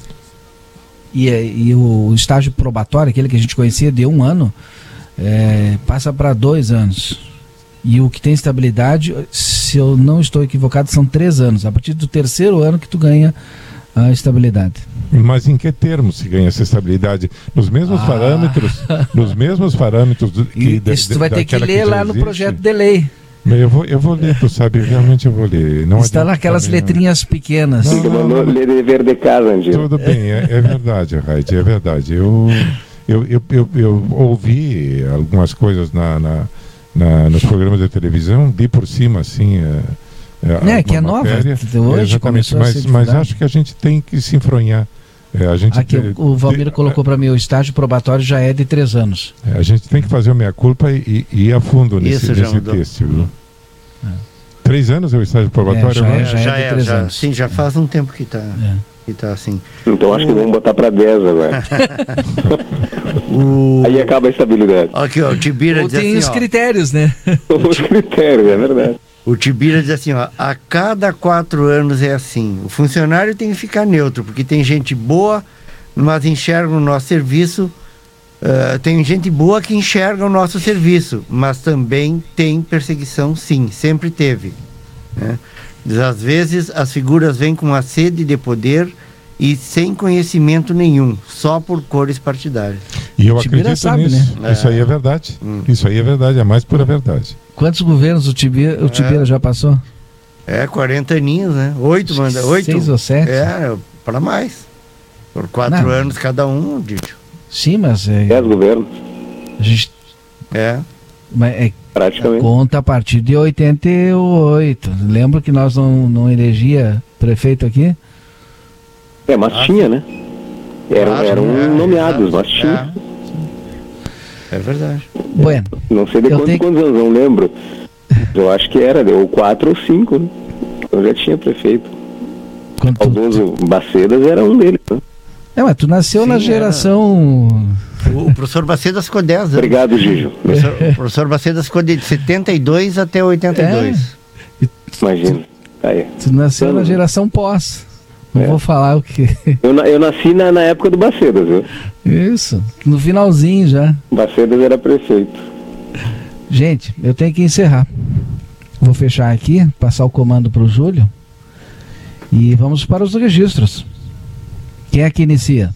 E, e o estágio probatório, aquele que a gente conhecia de um ano, é, passa para dois anos. E o que tem estabilidade, se eu não estou equivocado, são três anos. A partir do terceiro ano que tu ganha a estabilidade. Mas em que termos se ganha essa estabilidade? Nos mesmos ah. parâmetros, nos mesmos parâmetros do, que e, Isso tu vai ter que ler que lá no existe. projeto de lei. Eu vou, eu vou ler, tu sabe, realmente eu vou ler. Não está naquelas também, letrinhas não. pequenas. Você mandou ler dever de casa, Angelo. Tudo bem, é, é verdade, Raid, é verdade. Eu, eu, eu, eu, eu ouvi algumas coisas na, na, na, nos programas de televisão, li por cima, assim... É, é que é matéria. Nova de hoje, exatamente, mas, mas acho que a gente tem que se enfronhar. É, a gente Aqui tem, o, o Valmir colocou para mim, o estágio probatório já é de três anos. É, a gente tem que fazer a meia-culpa e, e ir a fundo nesse, nesse texto. Viu? É. Três anos é o estágio probatório? É, já, é, já, é, já, é, sim, já faz um tempo que está é. que tá assim. Então acho o... que vamos botar para dez agora. o... Aí acaba a estabilidade. Aqui, ó, o Tibira Ou diz tem assim, os ó, critérios, né? Os critérios, é verdade. O Tibira diz assim, ó, a cada quatro anos é assim. O funcionário tem que ficar neutro, porque tem gente boa, mas enxerga o nosso serviço. Uh, tem gente boa que enxerga o nosso serviço, mas também tem perseguição, sim, sempre teve. Né? Às vezes as figuras vêm com a sede de poder e sem conhecimento nenhum, só por cores partidárias. E eu acredito sabe, nisso. Né? Isso aí é verdade. Hum. Isso aí é verdade, é a mais pura verdade. Quantos governos o Tibira, o Tibira é. já passou? É, quarenta aninhos, né? Oito, manda, oito. Seis ou sete? É, para mais. Por quatro Não. anos cada um, Dítio. Sim, mas... É, Dez governos. A gente... É. Mas é, praticamente. Conta a partir de oitenta e oito. Lembra que nós não, não elegia prefeito aqui? É, mas ah, tinha, né? Eram, ah, eram é, nomeados, é, mas tinha. É, é verdade. Bueno, não sei de quantos, tenho... quantos anos, não lembro. Eu acho que era, ou quatro ou cinco, né? Eu já tinha prefeito. Quanto... Alguns Bacedas era um deles, né? É, mas tu nasceu Sim, na geração... O, o professor Bacedas ficou dez anos. Obrigado, Gijo. O professor, o professor Bacedas ficou de setenta e dois até oitenta e dois. É. Imagina. Aí. Tu nasceu então, na geração pós. Não é. vou falar o que... Eu, eu nasci na, na época do Bacedas, viu? Isso, no finalzinho já. Bacedas era prefeito. Gente, eu tenho que encerrar. Vou fechar aqui, passar o comando para o Júlio. E vamos para os registros. Quem é que inicia?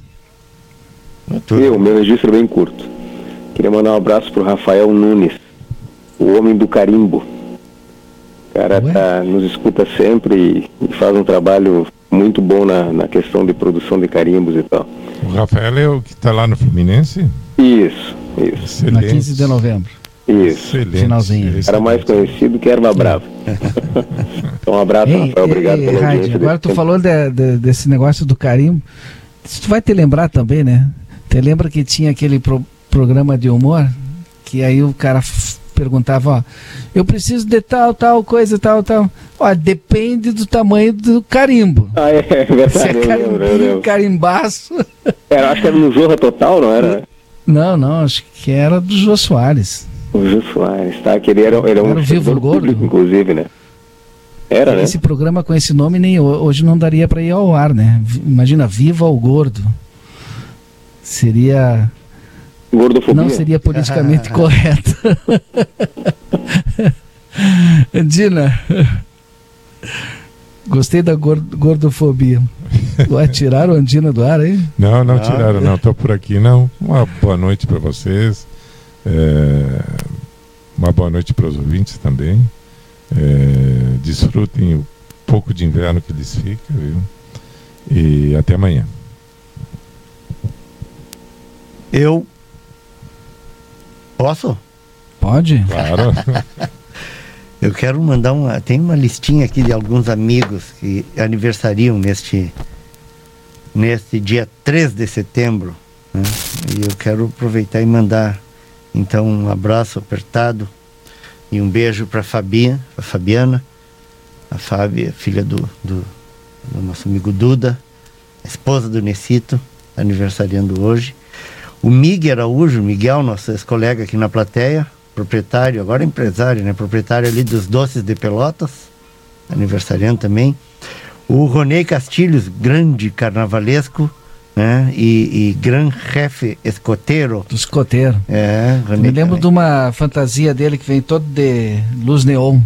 Eu, meu registro é bem curto. Queria mandar um abraço pro Rafael Nunes, o homem do carimbo. O cara tá, nos escuta sempre e, e faz um trabalho muito bom na, na questão de produção de carimbos e tal. O Rafael é o que está lá no Fluminense? Isso, isso. Excelente. Na quinze de novembro. Isso. Excelente. Finalzinho. O cara mais conhecido que Erva Brava. Então um abraço, ei, Rafael, obrigado ei, pela audiência. Agora tu tempo. falou de, de, desse negócio do carimbo. Tu vai te lembrar também, né? Te lembra que tinha aquele pro, programa de humor? Que aí o cara f- perguntava, ó, eu preciso de tal, tal coisa, tal, tal. Ó, depende do tamanho do carimbo. Ah, é, é verdade. Se é carimbinho, carimbaço. Era, acho que era no Zorra Total, não era? Não, não, acho que era do Jô Soares. O Jô Soares, tá? Que ele era, ele era um era Vivo Gordo, público, inclusive, né? Era, né? Esse programa com esse nome nem hoje não daria para ir ao ar, né? Imagina, Viva o Gordo. Seria... Gordofobia. Não seria politicamente correto. Dina, gostei da gordo, gordofobia. Ué, tiraram a Andina do ar aí? Não, não ah, tiraram, não. Estou por aqui, não. Uma boa noite para vocês. É... Uma boa noite para os ouvintes também. É... Desfrutem o pouco de inverno que lhes fica, viu? E até amanhã. Eu posso? Pode? Claro. Eu quero mandar uma... Tem uma listinha aqui de alguns amigos que aniversariam neste, neste dia três de setembro. Né? E eu quero aproveitar e mandar, então, um abraço apertado e um beijo para a Fabinha, a Fabiana, a Fábia, filha do, do, do nosso amigo Duda, a esposa do Necito, aniversariando hoje. O Miguel Araújo, Miguel, nosso ex-colega aqui na plateia, proprietário, agora empresário, né? Proprietário ali dos Doces de Pelotas, aniversariando também. O Ronei Castilhos, grande carnavalesco, né? E, e gran jefe escoteiro. Do escoteiro. É, Ronei. Me lembro também de uma fantasia dele que vem todo de luz neon.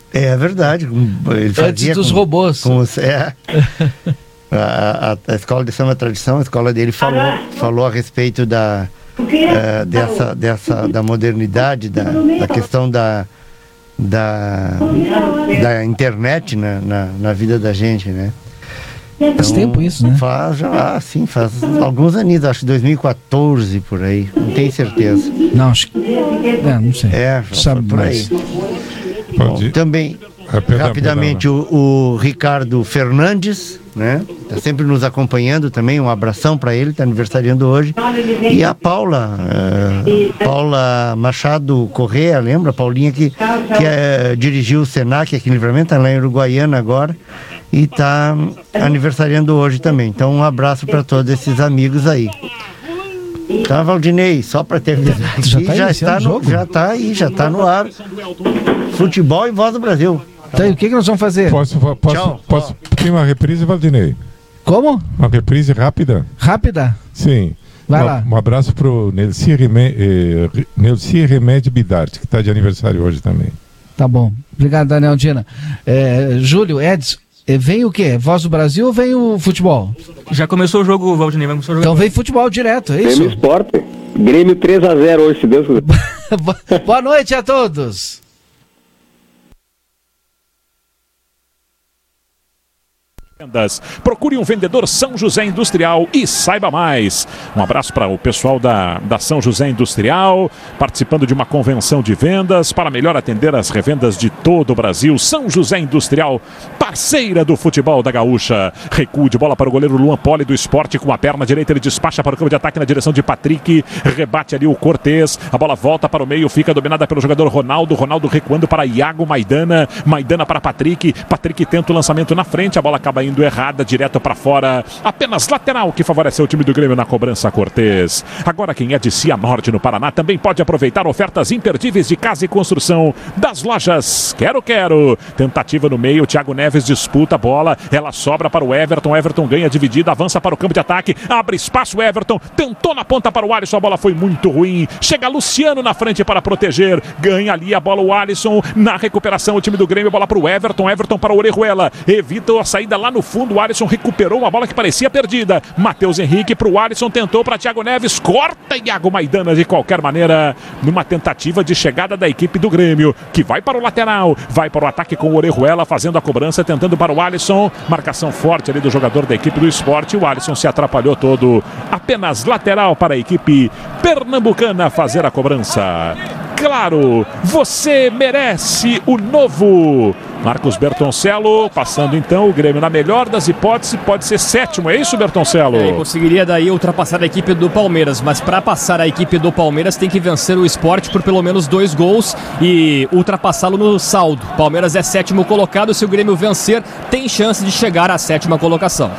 É verdade. Ele Antes dos com, robôs. Com os, é. a, a, a escola de samba tradição, a escola dele falou, falou a respeito da, uh, dessa, dessa, da modernidade, da, da questão da, da, da internet na, na, na vida da gente, né? Faz Então, tempo isso, né? Faz já, ah, sim, faz alguns anos, acho que dois mil e quatorze, por aí, não tenho certeza. Não, acho que... É, não sei. É, sabe por aí. Bom, também, rapidamente, o, o Ricardo Fernandes, né? Tá sempre nos acompanhando também, um abração para ele, tá aniversariando hoje. E a Paula, uh, Paula Machado Corrêa, lembra? A Paulinha que, que uh, dirigiu o Senac aqui em Livramento, tá lá em Uruguaiana agora. E tá aniversariando hoje também. Então um abraço para todos esses amigos aí. Tá, Valdinei, só para terminar aqui, já, tá já, está no, já tá aí, já tá no ar. Futebol e Voz do Brasil. Tá, e o que, que nós vamos fazer? Posso, posso, Tchau. posso tem uma reprise, Valdinei? Como? Uma reprise rápida? Rápida? Sim. Vai um, lá. Um abraço pro Nelci Remédio eh, Remédio Bidarte, que está de aniversário hoje também. Tá bom. Obrigado, Daniel Dina. É, Júlio, Edson, vem o quê? Voz do Brasil ou vem o futebol? Já começou o jogo, Valdinei. Vai começar o jogo. Então vem futebol direto, é isso? Grêmio Esporte. Grêmio três a zero hoje, se Deus quiser. Boa noite a todos. Procure um vendedor São José Industrial e saiba mais. Um abraço para o pessoal da, da São José Industrial, participando de uma convenção de vendas para melhor atender as revendas de todo o Brasil. São José Industrial, parceira do futebol da Gaúcha. Recuo de bola para o goleiro Luan Poli do Sport, com a perna direita ele despacha para o campo de ataque na direção de Patrick, rebate ali o Cortez, a bola volta para o meio, fica dominada pelo jogador Ronaldo, Ronaldo recuando para Iago Maidana, Maidana para Patrick, Patrick tenta o lançamento na frente, a bola acaba indo errada, direto para fora, apenas lateral que favoreceu o time do Grêmio na cobrança. Cortez. Agora quem é de Cianorte no Paraná também pode aproveitar ofertas imperdíveis de casa e construção das lojas Quero Quero. Tentativa no meio, Thiago Neves disputa a bola, ela sobra para o Everton, Everton ganha dividida, avança para o campo de ataque, abre espaço, Everton tentou na ponta para o Alisson, a bola foi muito ruim, chega Luciano na frente para proteger, ganha ali a bola o Alisson, na recuperação o time do Grêmio, bola para o Everton, Everton para o Orejuela, evita a saída lá no fundo, o Alisson recuperou uma bola que parecia perdida, Matheus Henrique para o Alisson, tentou para Thiago Neves, corta Iago Maidana de qualquer maneira, numa tentativa de chegada da equipe do Grêmio, que vai para o lateral, vai para o ataque com o Orejuela, fazendo a cobrança, tentando para o Alisson, marcação forte ali do jogador da equipe do Sport, o Alisson se atrapalhou todo, apenas lateral para a equipe pernambucana fazer a cobrança. Claro, você merece o novo. Marcos Bertoncello, passando então o Grêmio na melhor das hipóteses, pode ser sétimo, é isso, Bertoncello? É, conseguiria daí ultrapassar a equipe do Palmeiras, mas para passar a equipe do Palmeiras tem que vencer o Sport por pelo menos dois gols e ultrapassá-lo no saldo. Palmeiras é sétimo colocado, se o Grêmio vencer, tem chance de chegar à sétima colocação.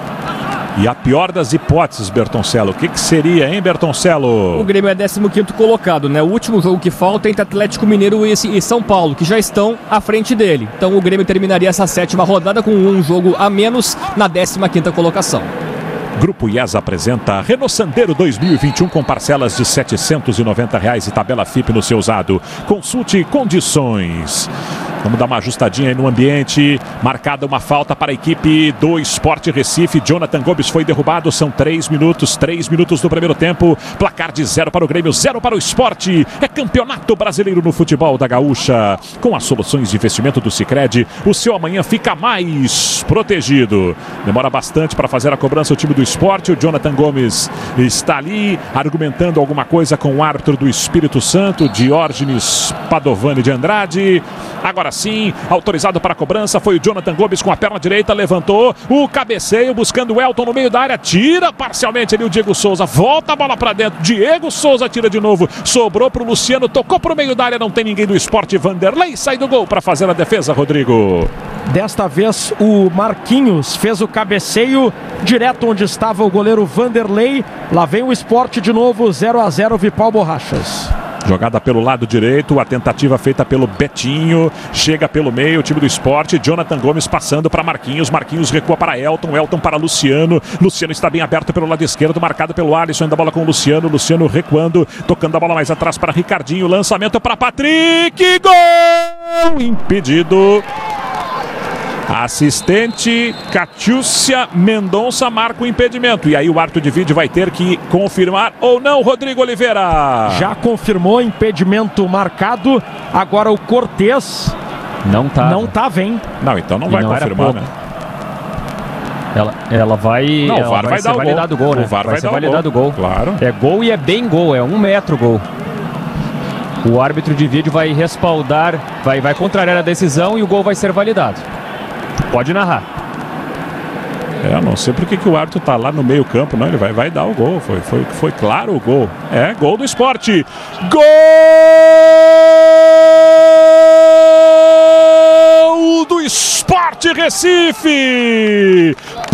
E a pior das hipóteses, Bertoncello, o que, que seria, hein, Bertoncello? O Grêmio é décimo quinto colocado, né? O último jogo que falta é entre Atlético Mineiro e São Paulo, que já estão à frente dele. Então o Grêmio terminaria essa sétima rodada com um jogo a menos na décima quinta colocação. Grupo I E S apresenta Renault Sandero dois mil e vinte e um com parcelas de setecentos e noventa reais e tabela F I P no seu usado. Consulte condições. Vamos dar uma ajustadinha aí no ambiente. Marcada uma falta para a equipe do Sport Recife. Jonathan Gomes foi derrubado. São três minutos, três minutos do primeiro tempo. Placar de zero para o Grêmio, zero para o Sport. É campeonato brasileiro no futebol da Gaúcha. Com as soluções de investimento do Sicredi, o seu amanhã fica mais protegido. Demora bastante para fazer a cobrança o time do Sport. O Jonathan Gomes está ali argumentando alguma coisa com o árbitro do Espírito Santo, Diógenes Padovani de Andrade. Agora sim, autorizado para a cobrança foi o Jonathan Gomes com a perna direita, levantou o cabeceio, buscando o Elton no meio da área, tira parcialmente ali o Diego Souza, volta a bola para dentro, Diego Souza tira de novo, sobrou para o Luciano, tocou para o meio da área, não tem ninguém do Sport, Vanderlei sai do gol para fazer a defesa, Rodrigo. Desta vez o Marquinhos fez o cabeceio direto onde estava o goleiro Vanderlei. Lá vem o Sport de novo, zero a zero, Vipal Borrachas. Jogada pelo lado direito, a tentativa feita pelo Betinho, chega pelo meio, o time do Sport, Jonathan Gomes passando para Marquinhos, Marquinhos recua para Elton, Elton para Luciano, Luciano está bem aberto pelo lado esquerdo, marcado pelo Alisson, ainda a bola com o Luciano, Luciano recuando, tocando a bola mais atrás para Ricardinho, lançamento para Patrick, gol! Impedido. Assistente Catiúcia Mendonça marca o impedimento. E aí o árbitro de vídeo vai ter que confirmar ou não, Rodrigo Oliveira. Já confirmou, impedimento marcado. Agora o Cortez não tá. Não tá, vem. Não, então não vai não confirmar, né? Ela, ela vai. Não, ela o V A R vai, vai ser dar o validado gol. gol, né? O V A R vai, vai ser dar o validado gol. gol. Claro. É gol e é bem gol, é um metro gol. O árbitro de vídeo vai respaldar, vai, vai contrariar a decisão e o gol vai ser validado. Pode narrar. É, eu não sei por que que o árbitro tá lá no meio campo, não, ele vai, vai dar o gol, foi, foi, foi claro o gol. É, gol do Sport. Gol do Sport Recife!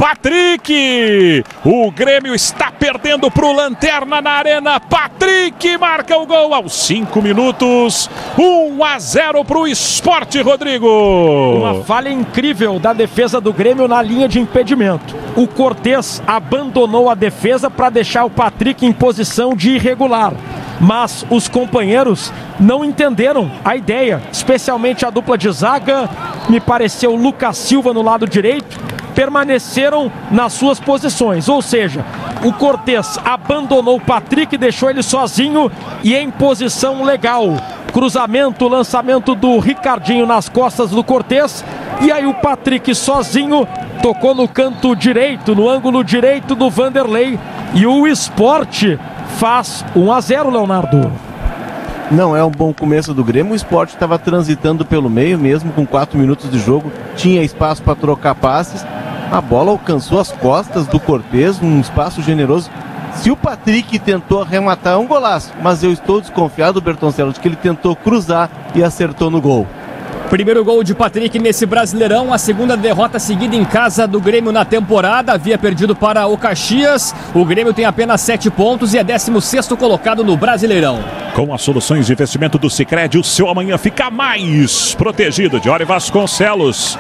Patrick! O Grêmio está perdendo pro Lanterna na Arena. Patrick marca o gol aos cinco minutos. um a zero pro Sport, Rodrigo. Uma falha incrível da defesa do Grêmio na linha de impedimento. O Cortez abandonou a defesa para deixar o Patrick em posição de irregular. Mas os companheiros não entenderam a ideia, especialmente a dupla de zaga, me pareceu o Lucas Silva no lado direito, permaneceram nas suas posições, ou seja, o Cortez abandonou o Patrick, deixou ele sozinho e em posição legal. Cruzamento, lançamento do Ricardinho nas costas do Cortez, e aí o Patrick sozinho tocou no canto direito, no ângulo direito do Vanderlei, e o Sport faz um a zero, Leonardo. Não é um bom começo do Grêmio. O Sport estava transitando pelo meio, mesmo com quatro minutos de jogo, tinha espaço para trocar passes. A bola alcançou as costas do Cortez, um espaço generoso. Se o Patrick tentou arrematar, é um golaço, mas eu estou desconfiado, Bertoncello, de que ele tentou cruzar e acertou no gol. Primeiro gol de Patrick nesse Brasileirão, a segunda derrota seguida em casa do Grêmio na temporada, havia perdido para o Caxias. O Grêmio tem apenas sete pontos e é décimo sexto colocado no Brasileirão. Com as soluções de investimento do Sicredi, o seu amanhã fica mais protegido. Diori Vasconcelos,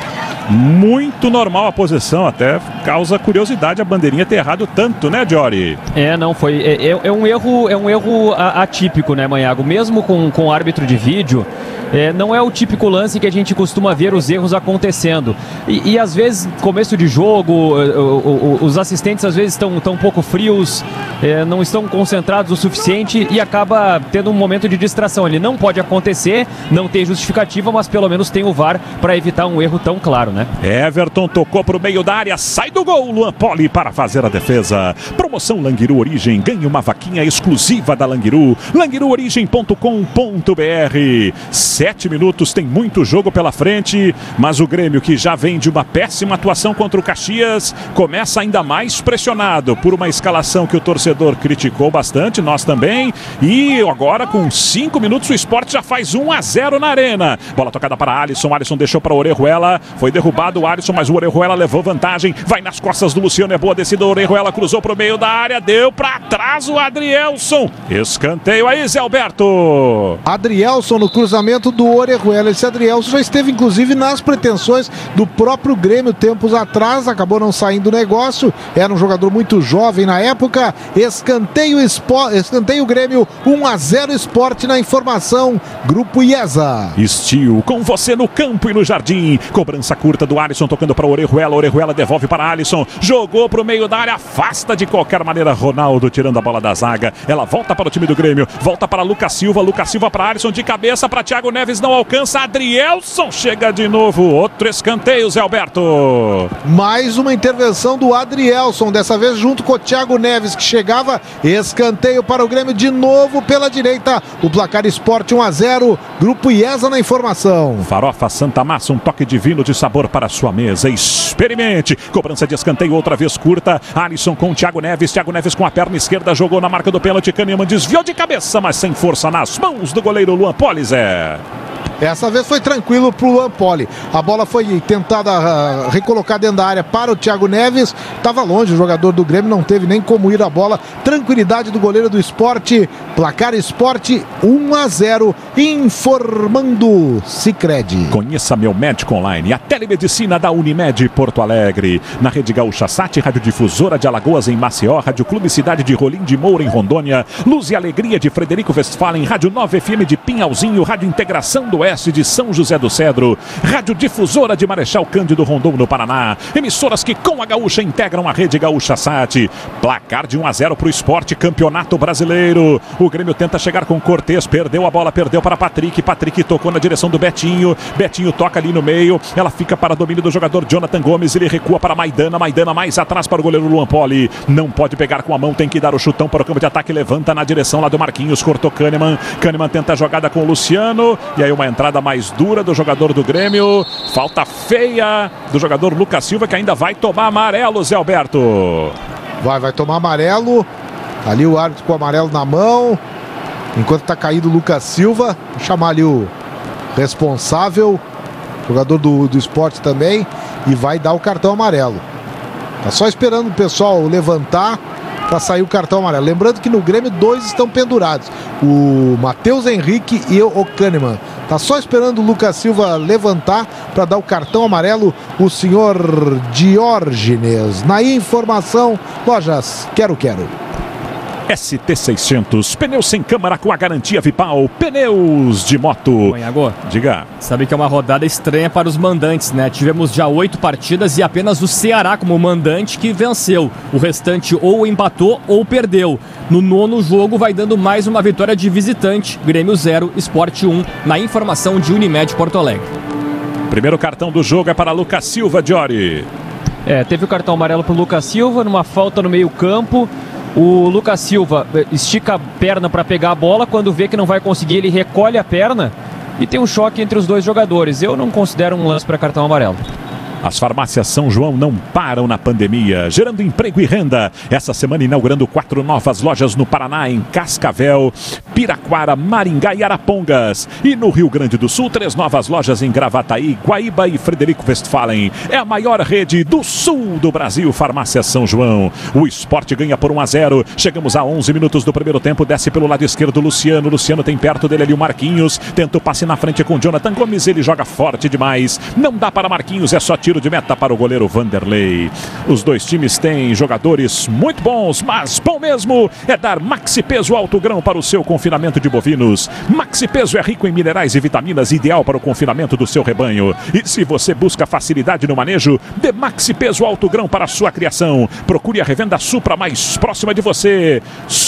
muito normal a posição, até causa curiosidade a bandeirinha ter errado tanto, né, Diori? É, não, foi, é, é um erro, é um erro atípico, né, Manhago? Mesmo com, com o árbitro de vídeo, é, não é o típico lance que a gente costuma ver os erros acontecendo. E, e às vezes, começo de jogo, o, o, os assistentes às vezes estão tão um pouco frios, é, não estão concentrados o suficiente e acaba tendo um momento de distração. Ele não pode acontecer, não tem justificativa, mas pelo menos tem o V A R para evitar um erro tão claro, né? Everton tocou pro meio da área, sai do gol, Luan Poli para fazer a defesa. Promoção Languiru Origem, ganhe uma vaquinha exclusiva da Languiru, languiru origem ponto com ponto br. Sete minutos, tem muito jogo pela frente, mas o Grêmio, que já vem de uma péssima atuação contra o Caxias, começa ainda mais pressionado por uma escalação que o torcedor criticou bastante, nós também, e agora com cinco minutos o Sport já faz um a zero na Arena. Bola tocada para Alisson, Alisson deixou para Orejuela, foi derrubado o Alisson, mas o Orejuela levou vantagem, vai nas costas do Luciano, é boa descida, o Orejuela cruzou pro meio da área, deu para trás o Adrielson, escanteio aí, Zé Alberto. Adrielson no cruzamento do Orejuela. Esse Adrielson já esteve inclusive nas pretensões do próprio Grêmio tempos atrás, acabou não saindo do negócio, era um jogador muito jovem na época. Escanteio, Sport, escanteio Grêmio, um a zero Sport na informação, Grupo IESA. Estil, com você no campo e no jardim, cobrança curta do Alisson tocando para Orejuela, Orejuela devolve para Alisson, jogou para o meio da área, afasta de qualquer maneira Ronaldo tirando a bola da zaga, ela volta para o time do Grêmio, volta para Lucas Silva, Lucas Silva para Alisson de cabeça, para Thiago Neves, não alcança, Adrielson chega de novo, outro escanteio, Zé Alberto. Mais uma intervenção do Adrielson, dessa vez junto com o Thiago Neves, que chegava, escanteio para o Grêmio de novo pela direita, o placar Sport um a zero, Grupo IESA na informação. Farofa Santa Massa, um toque divino de sabor para a sua mesa, experimente, cobrança de escanteio outra vez curta, Alisson com o Thiago Neves, Thiago Neves com a perna esquerda, jogou na marca do pênalti, Kahneman desviou de cabeça, mas sem força nas mãos do goleiro Luan Poli, Zé. Essa vez foi tranquilo pro Luan Poli. A bola foi tentada uh, recolocar dentro da área para o Thiago Neves. Estava longe o jogador do Grêmio, não teve nem como ir a bola. Tranquilidade do goleiro do Sport. Placar Sport um a zero. Informando Sicredi. Conheça meu médico online. A telemedicina da Unimed Porto Alegre. Na Rede Gaúcha Sat, Radiodifusora de Alagoas em Maceió, Rádio Clube Cidade de Rolim de Moura em Rondônia, Luz e Alegria de Frederico Westphalen, Rádio nove F M de Pinhalzinho, Rádio Integração do Oeste de São José do Cedro, Rádio Difusora de Marechal Cândido Rondon no Paraná, emissoras que com a Gaúcha integram a Rede Gaúcha Sat. Placar de um a zero para o Sport, Campeonato Brasileiro. O Grêmio tenta chegar com Cortez, perdeu a bola, perdeu para Patrick, Patrick tocou na direção do Betinho, Betinho toca ali no meio, ela fica para domínio do jogador Jonathan Gomes, ele recua para Maidana, Maidana mais atrás para o goleiro Luan Poli, não pode pegar com a mão, tem que dar o chutão para o campo de ataque, levanta na direção lá do Marquinhos, cortou Kahneman, Kahneman tenta a jogada com o Luciano, e aí uma entrada mais dura do jogador do Grêmio, falta feia do jogador Lucas Silva, que ainda vai tomar amarelo, Zé Alberto. Vai, vai tomar amarelo, ali o árbitro com o amarelo na mão, enquanto está caído o Lucas Silva, vou chamar ali o responsável, jogador do, do Sport também, e vai dar o cartão amarelo. Tá só esperando o pessoal levantar para sair o cartão amarelo. Lembrando que no Grêmio dois estão pendurados, o Matheus Henrique e o Kahneman. Tá só esperando o Lucas Silva levantar para dar o cartão amarelo, o senhor Diógenes. Na informação, Lojas Quero Quero. S T seiscentos, pneus sem câmara com a garantia Vipal, pneus de moto. Manhago, diga. Sabe que é uma rodada estranha para os mandantes, né? Tivemos já oito partidas e apenas o Ceará como mandante que venceu. O restante ou empatou ou perdeu. No nono jogo vai dando mais uma vitória de visitante. Grêmio zero, Sport um, na informação de Unimed Porto Alegre. Primeiro cartão do jogo é para Lucas Silva, Diori. É, teve o cartão amarelo para o Lucas Silva, numa falta no meio campo. O Lucas Silva estica a perna para pegar a bola, quando vê que não vai conseguir, ele recolhe a perna e tem um choque entre os dois jogadores. Eu não considero um lance para cartão amarelo. As farmácias São João não param na pandemia, gerando emprego e renda. Essa semana inaugurando quatro novas lojas no Paraná, em Cascavel, Piraquara, Maringá e Arapongas. E no Rio Grande do Sul, três novas lojas em Gravataí, Guaíba e Frederico Westphalen. É a maior rede do sul do Brasil, Farmácia São João. O Sport ganha por um a zero. Chegamos a onze minutos do primeiro tempo, desce pelo lado esquerdo Luciano. Luciano tem perto dele ali o Marquinhos. Tenta o passe na frente com Jonathan Gomes, ele joga forte demais. Não dá para Marquinhos, é só tiro de meta para o goleiro Vanderlei. Os dois times têm jogadores muito bons, mas bom mesmo é dar Maxi Peso Alto Grão para o seu confinamento de bovinos. Maxi Peso é rico em minerais e vitaminas, ideal para o confinamento do seu rebanho. E se você busca facilidade no manejo, dê Maxi Peso Alto Grão para a sua criação. Procure a revenda Supra mais próxima de você.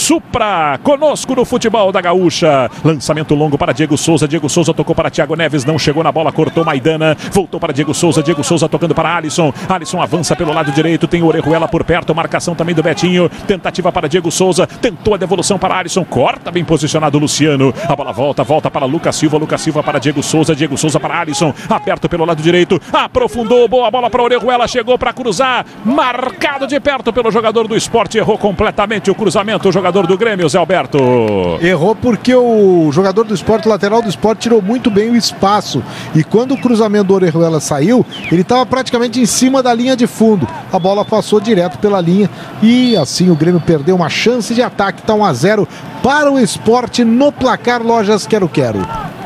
Supra, conosco no futebol da Gaúcha. Lançamento longo para Diego Souza. Diego Souza tocou para Thiago Neves, não chegou na bola, cortou Maidana, voltou para Diego Souza. Diego Souza tocando para Alisson. Alisson avança pelo lado direito, tem o Orejuela por perto, marcação também do Betinho. Tentativa para Diego Souza, tentou a devolução para Alisson, corta bem posicionado o Luciano. A bola volta, volta para Lucas Silva, Lucas Silva para Diego Souza, Diego Souza para Alisson, aberto pelo lado direito, aprofundou, boa bola para Orejuela, chegou para cruzar, marcado de perto pelo jogador do Sport, errou completamente o cruzamento, o jogador do Grêmio, Zé Alberto. Errou porque o jogador do Sport, o lateral do Sport, tirou muito bem o espaço, e quando o cruzamento do Orejuela saiu, ele estava praticamente em cima da linha de fundo. A bola passou direto pela linha e assim o Grêmio perdeu uma chance de ataque. Está um a zero para o Sport no placar. Lojas Quero Quero.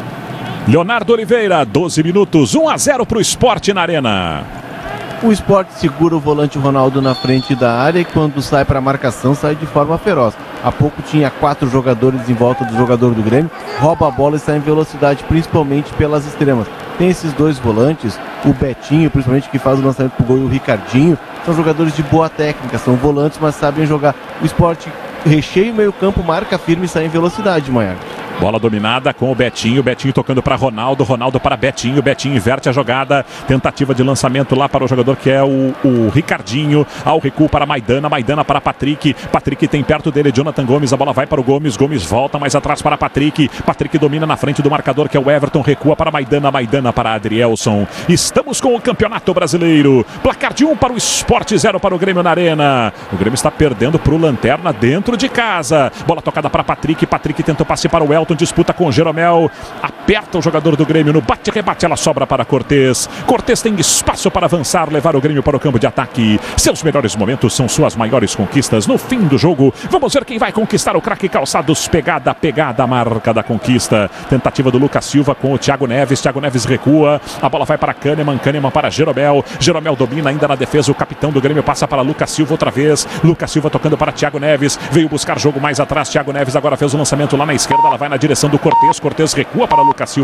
Leonardo Oliveira, doze minutos, um a zero para o Sport na Arena. O Sport segura o volante Ronaldo na frente da área e quando sai para a marcação sai de forma feroz. Há pouco tinha quatro jogadores em volta do jogador do Grêmio, rouba a bola e sai em velocidade, principalmente pelas extremas. Tem esses dois volantes, o Betinho, principalmente, que faz o lançamento pro gol, e o Ricardinho, são jogadores de boa técnica, são volantes, mas sabem jogar. O Sport recheia o meio campo, marca firme e sai em velocidade, Maior. Bola dominada com o Betinho, Betinho tocando para Ronaldo, Ronaldo para Betinho, Betinho inverte a jogada, tentativa de lançamento lá para o jogador que é o, o Ricardinho, ao recuo para Maidana, Maidana para Patrick, Patrick tem perto dele Jonathan Gomes, a bola vai para o Gomes, Gomes volta mais atrás para Patrick, Patrick domina na frente do marcador que é o Everton, recua para Maidana, Maidana para Adrielson. Estamos com o Campeonato Brasileiro, placar de um para o Sport, zero para o Grêmio na Arena. O Grêmio está perdendo para o Lanterna dentro de casa, bola tocada para Patrick, Patrick tentou passe para o Elton, disputa com o Jeromel, a aperta o jogador do Grêmio no bate-rebate, ela sobra para Cortez. Cortez tem espaço para avançar, levar o Grêmio para o campo de ataque. Seus melhores momentos são suas maiores conquistas no fim do jogo. Vamos ver quem vai conquistar o craque Calçados. Pegada, pegada, marca da conquista. Tentativa do Lucas Silva com o Thiago Neves. Thiago Neves recua. A bola vai para Kahneman. Kahneman para Jeromel. Jeromel domina ainda na defesa. O capitão do Grêmio passa para Lucas Silva outra vez. Lucas Silva tocando para Thiago Neves. Veio buscar jogo mais atrás. Thiago Neves agora fez o lançamento lá na esquerda. Ela vai na direção do Cortez. Cortez recua para Lucas Silva.